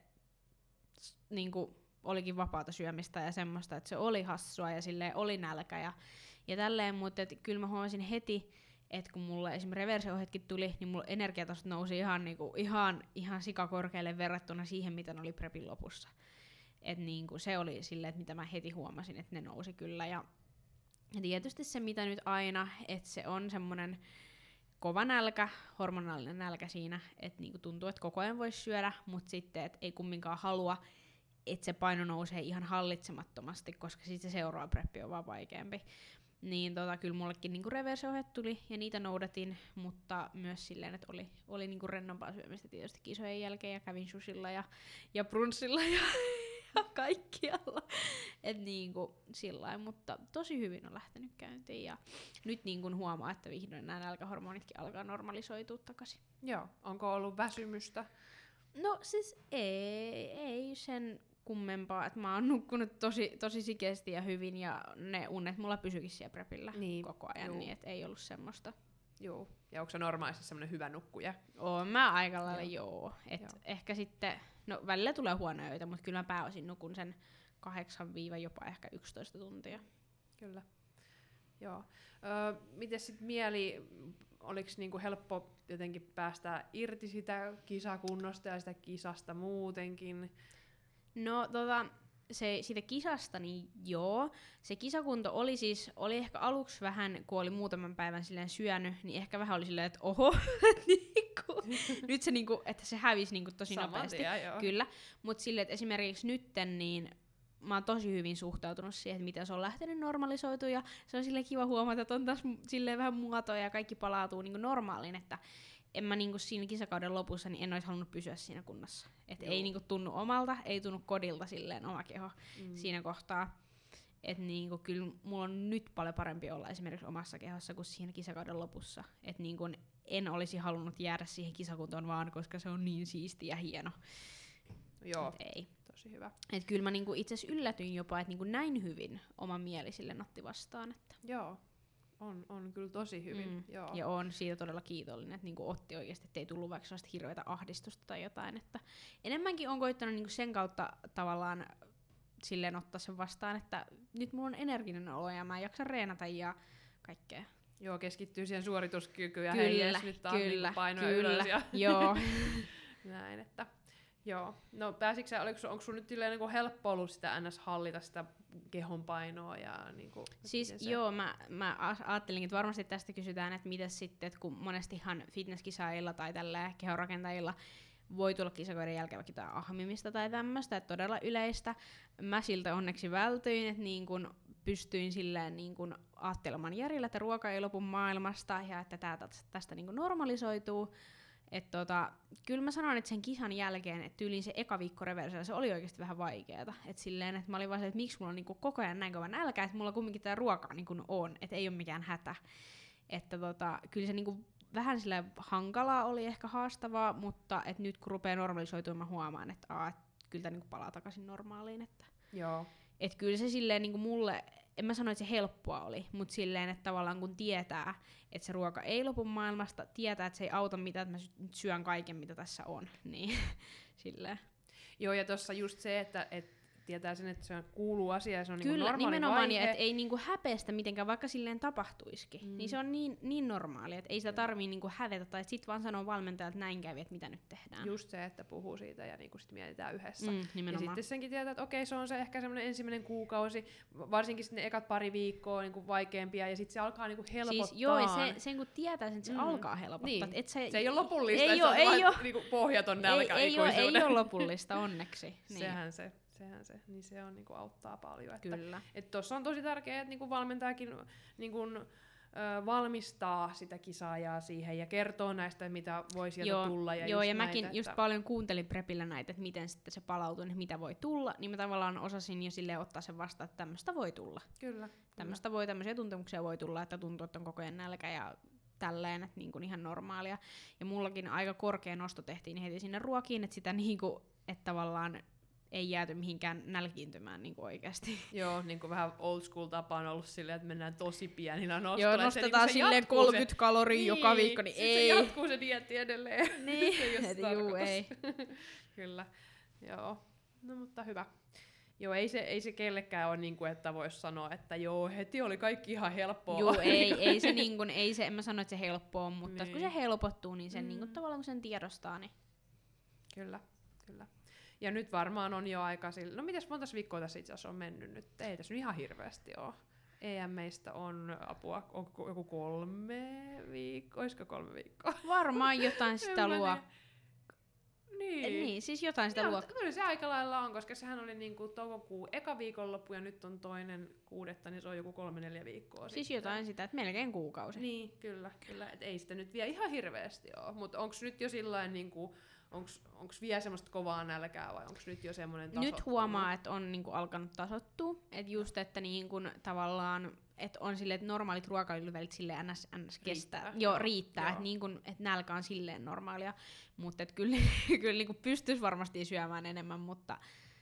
niinku olikin vapaata syömistä ja semmoista, että se oli hassua ja silleen oli nälkä ja, ja tälleen, mutta et kyllä mä huomasin heti, että kun mulle esimerkiksi reverseohjetkin tuli, niin mulla energiatasot nousi ihan, niinku, ihan, ihan sikakorkealle verrattuna siihen, mitä ne oli prepin lopussa. Et niinku se oli silleen, että mitä mä heti huomasin, että ne nousi kyllä. Ja, ja tietysti se, mitä nyt aina, että se on semmonen kova nälkä, hormonaalinen nälkä siinä, että niinku tuntuu, että koko ajan voisi syödä, mutta sitten et ei kumminkaan halua, että se paino nousee ihan hallitsemattomasti, koska sitten se seuraava preppi on vaan vaikeampi. Niin tota, kyllä mullekin niinku reverse-ohjeet tuli ja niitä noudatin, mutta myös silleen, että oli, oli niinku rennompaa syömistä tietysti kisojen jälkeen ja kävin sushilla ja, ja brunssilla ja kaikkialla. Et niinku sillain, mutta tosi hyvin on lähtenyt käyntiin ja nyt niinku huomaa, että vihdoin nämä nälkähormonitkin alkaa normalisoitua takaisin. Joo, onko ollut väsymystä? No siis ei, ei sen kummempaa, että mä oon nukkunut tosi, tosi sikeästi ja hyvin ja ne unet mulla pysyikin siellä prepillä niin, koko ajan, juu. Niin et ei ollut semmoista. Joo, ja onko se normaalisti semmoinen hyvä nukkuja? Oon mä aika lailla joo. joo. Et joo. Ehkä sitten, no välillä tulee huonoja öitä, mutta kyllä mä pääosin nukun sen kahdeksan jopa ehkä yksitoista tuntia. Kyllä. Joo. Öö, miten sitten mieli, oliko niinku helppo jotenkin päästä irti sitä kisakunnosta ja sitä kisasta muutenkin? No tota, se, siitä kisasta, niin joo. Se kisakunto oli siis, oli ehkä aluksi vähän, kun oli muutaman päivän silleen syönyt, niin ehkä vähän oli silleen, että oho, niinku, nyt se niinku, että se hävisi niinku tosi Saman nopeasti. Tien, joo. Kyllä, mutta silleen, että esimerkiksi nytten, niin mä oon tosi hyvin suhtautunut siihen, että miten se on lähtenyt normalisoitua ja se on silleen kiva huomata, että on taas silleen vähän muotoa ja kaikki palautuu niinku normaaliin, että en mä niinku siinä kisakauden lopussa niin en olisi halunnut pysyä siinä kunnossa. Et ei niinku tunnu omalta, ei tunnu kodilta silleen oma keho mm. siinä kohtaa. Et niinku kyllä mulla on nyt paljon parempi olla esimerkiksi omassa kehossa kuin siinä kisakauden lopussa. Et niinku en olisi halunnut jäädä siihen kisakuntoon vaan, koska se on niin siisti ja hieno. Joo, et ei. Tosi hyvä. Et kyllä mä niinku itse asiassa yllätyin jopa, että niinku näin hyvin oma mieli sille otti vastaan. Että. Joo. On, on kyllä tosi hyvin. Mm. Joo. Ja on siitä todella kiitollinen, että niinku otti oikeasti, ettei tullut vaikka sellaista hirveätä ahdistusta tai jotain. Että enemmänkin on koittanut niinku sen kautta tavallaan silleen ottaa sen vastaan, että nyt mulla on energinen olo ja mä jaksan reenata ja kaikkea. Joo, keskittyy siihen suorituskykyyn ja kyllä, hei jes, nyt taas kyllä, niinku painoa kyllä, ylös. Ja joo. Näin, että joo. No pääsitkö sä, oliko, onko sun nyt niinku helppo ollut sitä ns. Hallita sitä kehon painoa ja niinku, siis joo, mä, mä ajattelinkin, että varmasti tästä kysytään, että mitä sitten, että kun monestihan fitnesskisaajilla tai tällä kehonrakentajilla voi tulla kisakauden jälkeen vaikka jotain ahmimista tai tämmöistä, että todella yleistä. Mä siltä onneksi vältyin, että niin kun pystyin silleen niin kun ajattelemaan järjellä, että ruoka ei lopu maailmasta ja että tää tästä niin kun normalisoituu. Et tota, kyllä mä sanon, että sen kisan jälkeen, että tyyliin se eka viikko reversellä, se oli oikeasti vähän vaikeeta. Et silleen, että mä olin vaan se, että miksi mulla on niinku koko ajan näin kova nälkä, että mulla kumminkin tää ruoka niinku on, että ei ole mikään hätä. Että tota, kyllä se niinku vähän silleen hankalaa oli, ehkä haastavaa, mutta et nyt kun rupeaa normalisoitumaan, mä huomaan, että aa, et kyllä tää niinku palaa takaisin normaaliin. Että. Joo. Et kyllä se silleen niinku mulle, en mä sano, että se helppoa oli, mutta silleen, että tavallaan kun tietää, että se ruoka ei lopu maailmasta, tietää, että se ei auta mitään, että mä syön kaiken, mitä tässä on, niin silleen. Joo, ja tuossa just se, että et tietää sen, että se kuuluu asia ja se on Kyllä, niinku normaali nimenomaan, vaihe. että ei niinku häpeästä mitenkään, vaikka silleen tapahtuisikin. Mm. Niin se on niin, niin normaali, että ei sitä tarvii niinku hävetä, tai sit vaan sanoo valmentajalle, että näin kävi, että mitä nyt tehdään. Just se, että puhuu siitä ja niinku sit mietitään yhdessä. Mm, ja nimenomaan. sitten senkin tietää, että okei, se on se ehkä semmoinen ensimmäinen kuukausi, varsinkin sitten ne ekat pari viikkoa niinku vaikeampia, ja sitten se alkaa niinku helpottaa. Siis joo, ja se, sen kun tietää sen, että se mm. alkaa helpottaa. Niin. Et se, se ei ole lopullista, ei että oo, se on ei vain oo. niinku pohjaton nälkä ei, ei, oo, ei ole lopullista, onneksi. Niin. Sehän se. Sehän se, niin se on niinku auttaa paljon. Että, Kyllä. Että tossa on tosi tärkeää, että niinku valmentajakin niinku, ö, valmistaa sitä kisaajaa siihen ja kertoo näistä, mitä voi sieltä joo, tulla. Ja, joo, just ja näitä, mäkin että... just paljon kuuntelin prepillä näitä, että miten sitten se palautuu, että mitä voi tulla, niin mä tavallaan osasin jo silleen ottaa sen vastaan, että tämmöistä voi tulla. Kyllä. Tämmöistä voi, tämmöisiä tuntemuksia voi tulla, että tuntuu, että on koko ajan nälkä ja tälleen, että niin kuin ihan normaalia. Ja mullakin aika korkea nosto tehtiin heti sinne ruokiin, että sitä niinku, että tavallaan ei jääty mihinkään nälkiintymään niin oikeasti. Joo, niin kuin vähän old school tapa on ollut silleen, että mennään tosi pienillä nostoilla. Joo, nostetaan se, niin silleen kolmekymmentä se, kaloria niin, joka viikko, niin ei. Se jatkuu se dieetti edelleen. Niin, se ei et juu, ei. Kyllä, joo. No mutta hyvä. Joo, ei se, ei se kellekään ole niin kuin, että voisi sanoa, että joo, heti oli kaikki ihan helppoa. Joo, ei, ei se niin kuin, ei se, en mä sano, että se helppoa on, mutta niin. kun se helpottuu, niin sen mm. niin kuin, tavallaan kun sen tiedostaa, niin... Kyllä, kyllä. Ja nyt varmaan on jo aika sillä... No mitäs montas viikkoa tässä itse asiassa on mennyt nyt? Ei tässä nyt ihan hirveästi ole. E M-meistä on apua, onko joku kolme viikkoa? Olisiko kolme viikkoa? Varmaan jotain sitä luo. Niin. niin, siis jotain sitä luo. Kyllä se aika lailla on, koska sehän oli niinku toukokuun eka viikonloppu ja nyt on toinen kuudetta, niin se on joku kolme neljä viikkoa. Siis sitten. jotain sitä, että melkein kuukausi. Niin, kyllä, kyllä. Et ei sitä nyt vielä ihan hirveästi ole, mutta onko nyt jo sillain niinku... Onko vielä semmoista kovaa nälkää vai onko nyt jo semmoinen tasottunut? Nyt huomaa, että on niinku alkanut tasoittua. Että just, että niinku, tavallaan, että on silleen, että normaalit ruokailuvälit silleen ns, ns kestää. Riittää. Joo, riittää. Että niinku, et nälkä on silleen normaalia. Mutta kyllä, kyllä niinku pystyisi varmasti syömään enemmän, mutta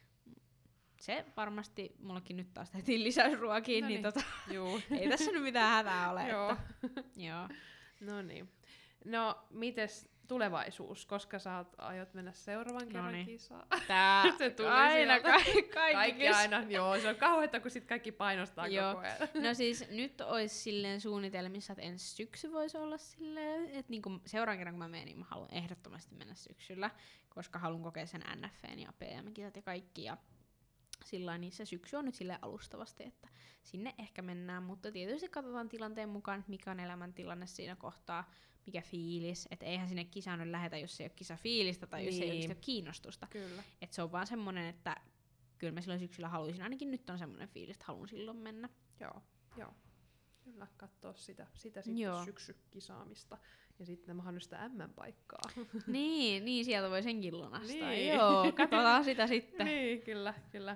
se varmasti, mullakin nyt taas tehtiin lisäysruokiin, niin, niin tota, ei tässä nyt mitään hätää ole. Joo. Että, joo. No niin. No, mites tulevaisuus, koska sä oot, aiot mennä seuraavan kerran Noniin. kisaan? Tää se tuli aina sieltä. kaikki, kaikki, kaikki aina, joo, se on kauheata, kun sit kaikki painostaa joo. koko ajan. No siis nyt ois silleen suunnitelmissa, että ensi syksy voisi olla silleen, että niinku seuraavan kerran kun mä menen, niin mä haluan ehdottomasti mennä syksyllä, koska haluan kokea sen N F N ja P M-kisat ja kaikki, ja sillain, niin se syksy on nyt silleen alustavasti, että sinne ehkä mennään, mutta tietysti katsotaan tilanteen mukaan, mikä on elämäntilanne siinä kohtaa, mikä fiilis, että eihän sinne kisaan nyt lähetä, jos ei ole kisafiilistä tai niin. jos ei ole kiinnostusta. Kyllä. Että se on vaan semmonen, että kyllä mä silloin syksyllä haluaisin, ainakin nyt on semmonen fiilis, että haluan silloin mennä. Joo, joo. Kyllä, katsoa sitä, sitä sitten joo. syksykisaamista ja sitten mahdollista M-paikkaa. niin, niin, sieltä voi senkin lunastaa. Niin. Joo, katsotaan sitä sitten. Niin, kyllä, kyllä.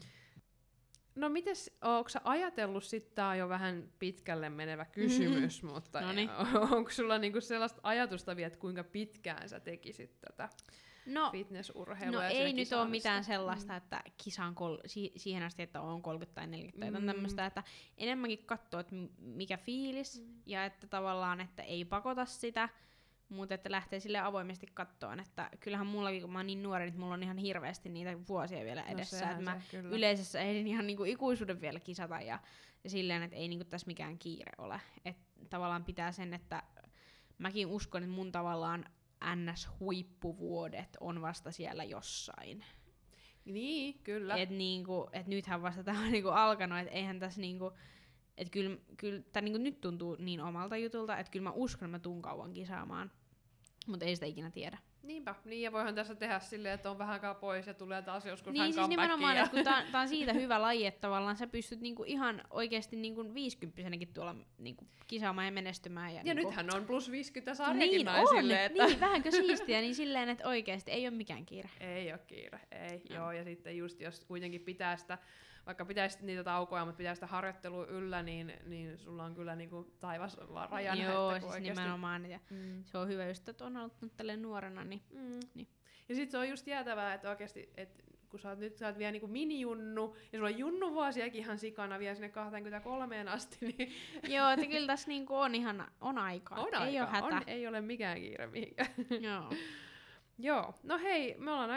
No mites, ootko sä ajatellut, sit tää on jo vähän pitkälle menevä kysymys, mm-hmm. mutta onko sulla niinku sellaista ajatusta vielä, että kuinka pitkään sä tekisit tätä no, fitnessurheilua? No ja ei nyt ole mitään mm. sellaista, että kisaan kol- si- siihen asti, että on kolmekymmentä tai neljäkymmentä tai Mm. tämmöistä, että enemmänkin katsoo, että mikä fiilis mm. ja että tavallaan, että ei pakota sitä, mutta että lähtee sille avoimesti kattoon, että kyllähän mullakin, kun mä oon niin nuori, että mulla on ihan hirveästi niitä vuosia vielä edessä, no että mä se, yleisessä ehdin ihan niinku ikuisuuden vielä kisata ja, ja silleen, että ei niinku tässä mikään kiire ole. Että tavallaan pitää sen, että mäkin uskon, että mun tavallaan N S-huippuvuodet on vasta siellä jossain. Niin, kyllä. Että niinku, et nythän vasta tää on niinku alkanut, että eihän tässä niinku, että kyllä, kyllä tää niinku nyt tuntuu niin omalta jutulta, että kyllä mä uskon, että mä tuun kauan kisaamaan. Mutta ei sitä ikinä tiedä. Niinpä, niin ja voihan tässä tehdä silleen, että on vähän aikaa pois ja tulee taas joskus niin, vähän siis nimenomaan, ja... että kun tää, tää on siitä hyvä laji, että tavallaan sä pystyt niinku ihan oikeesti niinku viisikymppisenäkin tuolla niinku kisaamaan ja menestymään. Ja, ja niinku... nythän on plus viisikymmentä sarjakin niin naisille. On, että... niin, vähänkö siistiä, niin silleen, että oikeesti ei ole mikään kiire. Ei ole kiire, ei. No. Joo, ja sitten just jos kuitenkin pitää sitä, vaikka pitäisi niitä taukoja, mutta pitää sitä harjoittelua yllä, niin, niin sulla on kyllä niinku taivas vaan rajana. Joo, että siis oikeasti... nimenomaan. Ja mm. se on hyvä just, että on ollut tälleen nuorena. Niin, mm. niin. Ja sit se on just jäätävää, että oikeasti, että kun sä oot nyt sä oot vielä niinku minijunnu, ja sulla on junnuvuosiakin ihan sikana vielä sinne kaksikymmentäkolme asti, niin... Joo, että kyllä tässä niinku on ihan on aikaa. On ei aikaa, ole hätä. on, ei ole mikään kiire mihinkään. Joo. Joo, no hei, me ollaan aika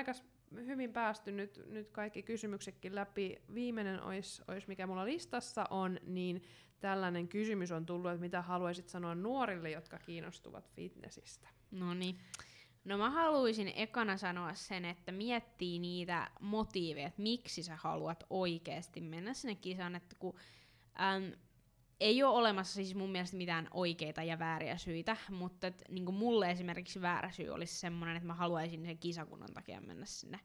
hyvin päästy nyt, nyt kaikki kysymyksetkin läpi. Viimeinen olisi, olisi, mikä mulla listassa on, niin tällainen kysymys on tullut, että mitä haluaisit sanoa nuorille, jotka kiinnostuvat fitnessistä? No niin. No mä haluaisin ekana sanoa sen, että miettii niitä motiiveja, että miksi sä haluat oikeasti mennä sinne kisaan, että kun äm, ei ole olemassa siis mun mielestä mitään oikeita ja vääriä syitä, mutta et, niin kuin mulle esimerkiksi väärä syy olisi semmoinen, että mä haluaisin sen kisakunnan takia mennä sinne.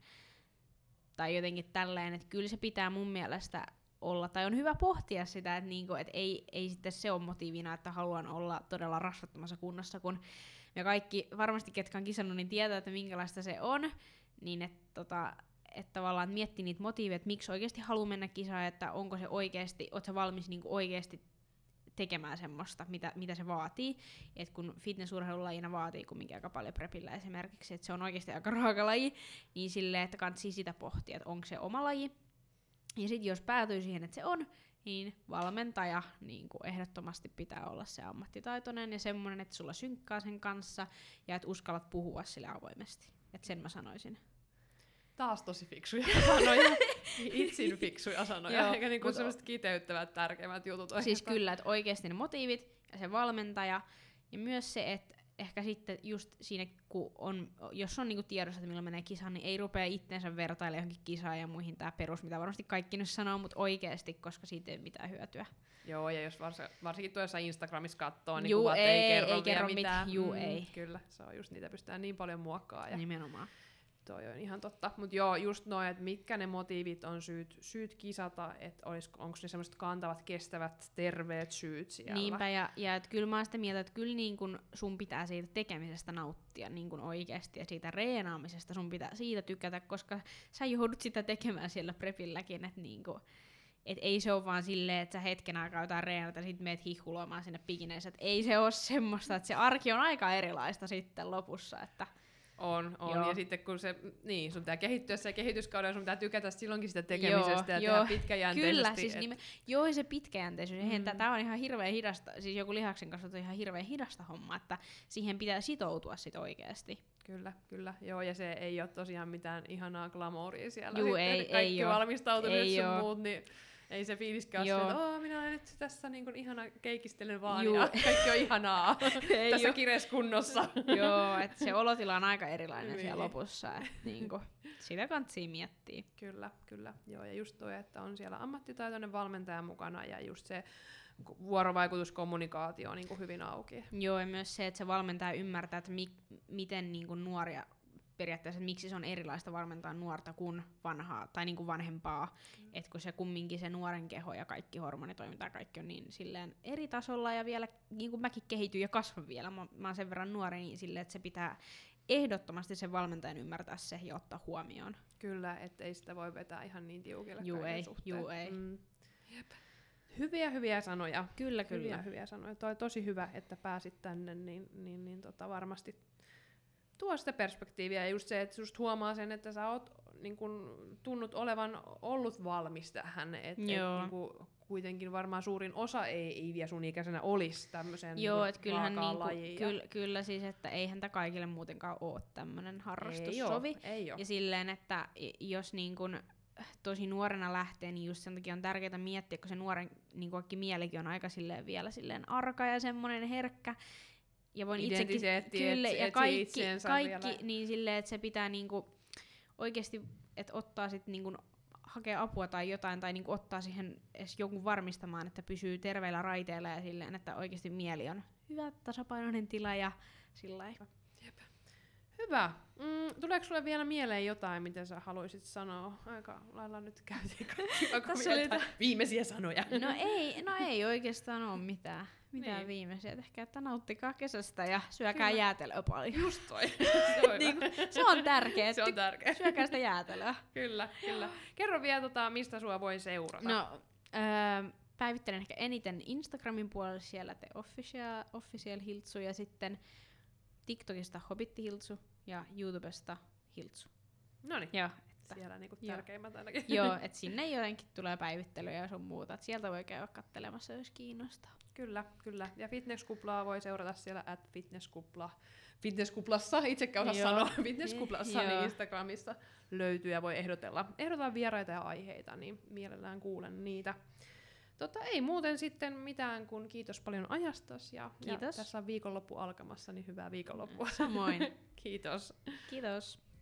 Tai jotenkin tälleen, että kyllä se pitää mun mielestä olla, tai on hyvä pohtia sitä, että, niinku, että ei, ei sitten se ole motiivina, että haluan olla todella rasvattomassa kunnossa, kun me kaikki, varmasti ketkä on kisannut, niin tietää, että minkälaista se on, niin että tota, et tavallaan miettii niitä motiiveja, että miksi oikeasti haluaa mennä kisaan, että onko se oikeasti, oot sä valmis niinku oikeasti tekemään semmoista, mitä, mitä se vaatii. Et kun fitnessurheilulajina vaatii kumminkin aika paljon prepillä esimerkiksi, että se on oikeasti aika raaka laji, niin silleen, että kannattaa sitä pohtia, että onko se oma laji. Ja sitten jos päätyy siihen, että se on, niin valmentaja niin kuin ehdottomasti pitää olla se ammattitaitoinen ja semmoinen, että sulla synkkaa sen kanssa ja että uskallat puhua sille avoimesti. Että sen mä sanoisin. Taas tosi fiksuja sanoja. Itsin fiksuja sanoja. Joo, eikä niinku mut sellaiset kiteyttävät tärkeimmät jutut. Siis oikeastaan. kyllä, että oikeasti ne motiivit ja se valmentaja ja myös se, että ehkä sitten just siinä, kun on, jos on niinku tiedossa, että milloin menee kisaan, niin ei rupea itteensä vertailla johonkin kisaan ja muihin tää perus, mitä varmasti kaikki nyt sanoo, mutta oikeasti, koska siitä ei ole mitään hyötyä. Joo, ja jos varsin, varsinkin tuossa Instagramissa katsoo, niin Juu, kuvat ei, ei kerro, ei kerro mit, mitään. juu, Mm, ei. Kyllä, se on just niitä pystytään niin paljon muokkaamaan. Ja Nimenomaan. toi on ihan totta. Mutta joo, just noin, että mitkä ne motiivit on syyt, syyt kisata, että onko ne semmoiset kantavat, kestävät, terveet syyt siellä. Niinpä, ja, ja et kyllä mä oon sitä mieltä, että kyllä niin kun sun pitää siitä tekemisestä nauttia niin kun oikeasti, ja siitä reenaamisesta sun pitää siitä tykätä, koska sä joudut sitä tekemään siellä prepilläkin, että niin kun, et ei se ole vaan silleen, että sä hetken aikaa jotain reenata ja sit meet hihuloimaan sinne pikineissä, että ei se ole semmoista, että se arki on aika erilaista sitten lopussa, että On, on. Joo. Ja sitten kun se, niin, sun pitää kehittyä se kehityskauden, sun pitää tykätä silloinkin sitä tekemisestä joo, ja joo. tehdä pitkäjänteisesti. Kyllä, siis et... nime, joo, se pitkäjänteisyys. Mm. Tämä on ihan hirveän hidasta, siis joku lihaksen kasvatus on ihan hirveän hidasta homma, että siihen pitää sitoutua sit oikeasti. Kyllä, kyllä. Joo, ja se ei ole tosiaan mitään ihanaa glamouria siellä. Juu, sitten, ei, kaikki ei valmistautunut ei sun oo. muut, niin ei se fiiliskään ole että oh, minä olen nyt tässä niin kuin ihana keikistelen vaan Juu. ja kaikki on ihanaa Ei tässä oo. kireeskunnossa. Joo, että se olotila on aika erilainen Niin. siellä lopussa, että niinku, sitä kannattaa miettiä. Kyllä, kyllä. Joo, ja just toi, että on siellä ammattitaitoinen valmentaja mukana ja just se vuorovaikutuskommunikaatio on niin kuin hyvin auki. Joo, ja myös se, että se valmentaja ymmärtää, että mi- miten niinku nuoria periaatteessa, että miksi se on erilaista valmentaa nuorta kuin vanhaa tai niinku vanhempaa, mm. että kun se kumminkin se nuoren keho ja kaikki hormonitoiminta ja kaikki on niin silleen eri tasolla ja vielä niin kuin mäkin kehityn ja kasvan vielä, mä, mä oon sen verran nuori, niin silleen, että se pitää ehdottomasti sen valmentajan ymmärtää se ja ottaa huomioon. Kyllä, ettei sitä voi vetää ihan niin tiukille Juu kaiken ei, suhteen. juu ei. Mm. Jep. Hyviä, hyviä sanoja. Kyllä, kyllä. Hyviä, hyviä sanoja. Toi tosi hyvä, että pääsit tänne, niin, niin, niin tota varmasti tuo sitä perspektiiviä. Ja just se, että just huomaa sen, että sä oot niin kun, tunnut olevan ollut valmis tähän. Että et, niin kun, kuitenkin varmaan suurin osa ei, ei vielä sun ikäisenä olisi tämmöisen Joo, niin että kyllähän niinku, lajiin. kyllä, kyllä siis, että eihän tämä kaikille muutenkaan ole tämmöinen harrastus ei sovi. Oo, ei oo. Ja silleen, että jos niin kun tosi nuorena lähtee, niin just sen takia on tärkeää miettiä, kun se nuoren niin kaikki mielikin on aika silleen vielä silleen arka ja semmoinen herkkä. Ja voin itsekin, kyllä, et, ja et kaikki, kaikki vielä. niin silleen, että se pitää niinku oikeesti, että ottaa sit niinku hakea apua tai jotain, tai niinku ottaa siihen edes jonkun varmistamaan, että pysyy terveillä raiteilla ja silleen, että oikeesti mieli on hyvä, tasapainoinen tila ja sillain. Hyvä. Mm, tuleeko sulle vielä mieleen jotain, mitä sä haluaisit sanoa? Aika lailla nyt käytiin kaikki jotain viimeisiä sanoja. No ei, no ei oikeastaan ole mitään, mitään niin. viimeisiä. Ehkä, että nauttikaa kesästä ja syökää Kyllä. jäätelöä paljon. Just toi. Se on, niin, se on tärkeää. Se on tärkeää. Syökää sitä jäätelöä. Kyllä, kyllä. Kerro vielä, tota, mistä sua voi seurata. No, öö, päivittelen ehkä eniten Instagramin puolella, siellä te official, official Hiltsu ja sitten TikTokista Hobitti Hiltsu ja YouTubesta Hiltsu. Noniin. Joo. Että, siellä niinku joo. tärkeimmät ainakin. Joo, että sinne jotenkin tulee päivittelyjä ja sun muuta. Et sieltä voi käydä kattelemassa, jos kiinnostaa. Kyllä, kyllä. Ja fitnesskuplaa voi seurata siellä at fitnesskupla. Fitnesskuplassa, itsekään osaa sanoa, fitnesskuplassa, niin Instagramissa löytyy ja voi ehdotella, ehdotella vieraita ja aiheita, niin mielellään kuulen niitä. Tota, ei muuten sitten mitään, kun kiitos paljon ajastas ja, ja tässä on viikonloppu alkamassa, niin hyvää viikonloppua. Samoin. Kiitos. Kiitos.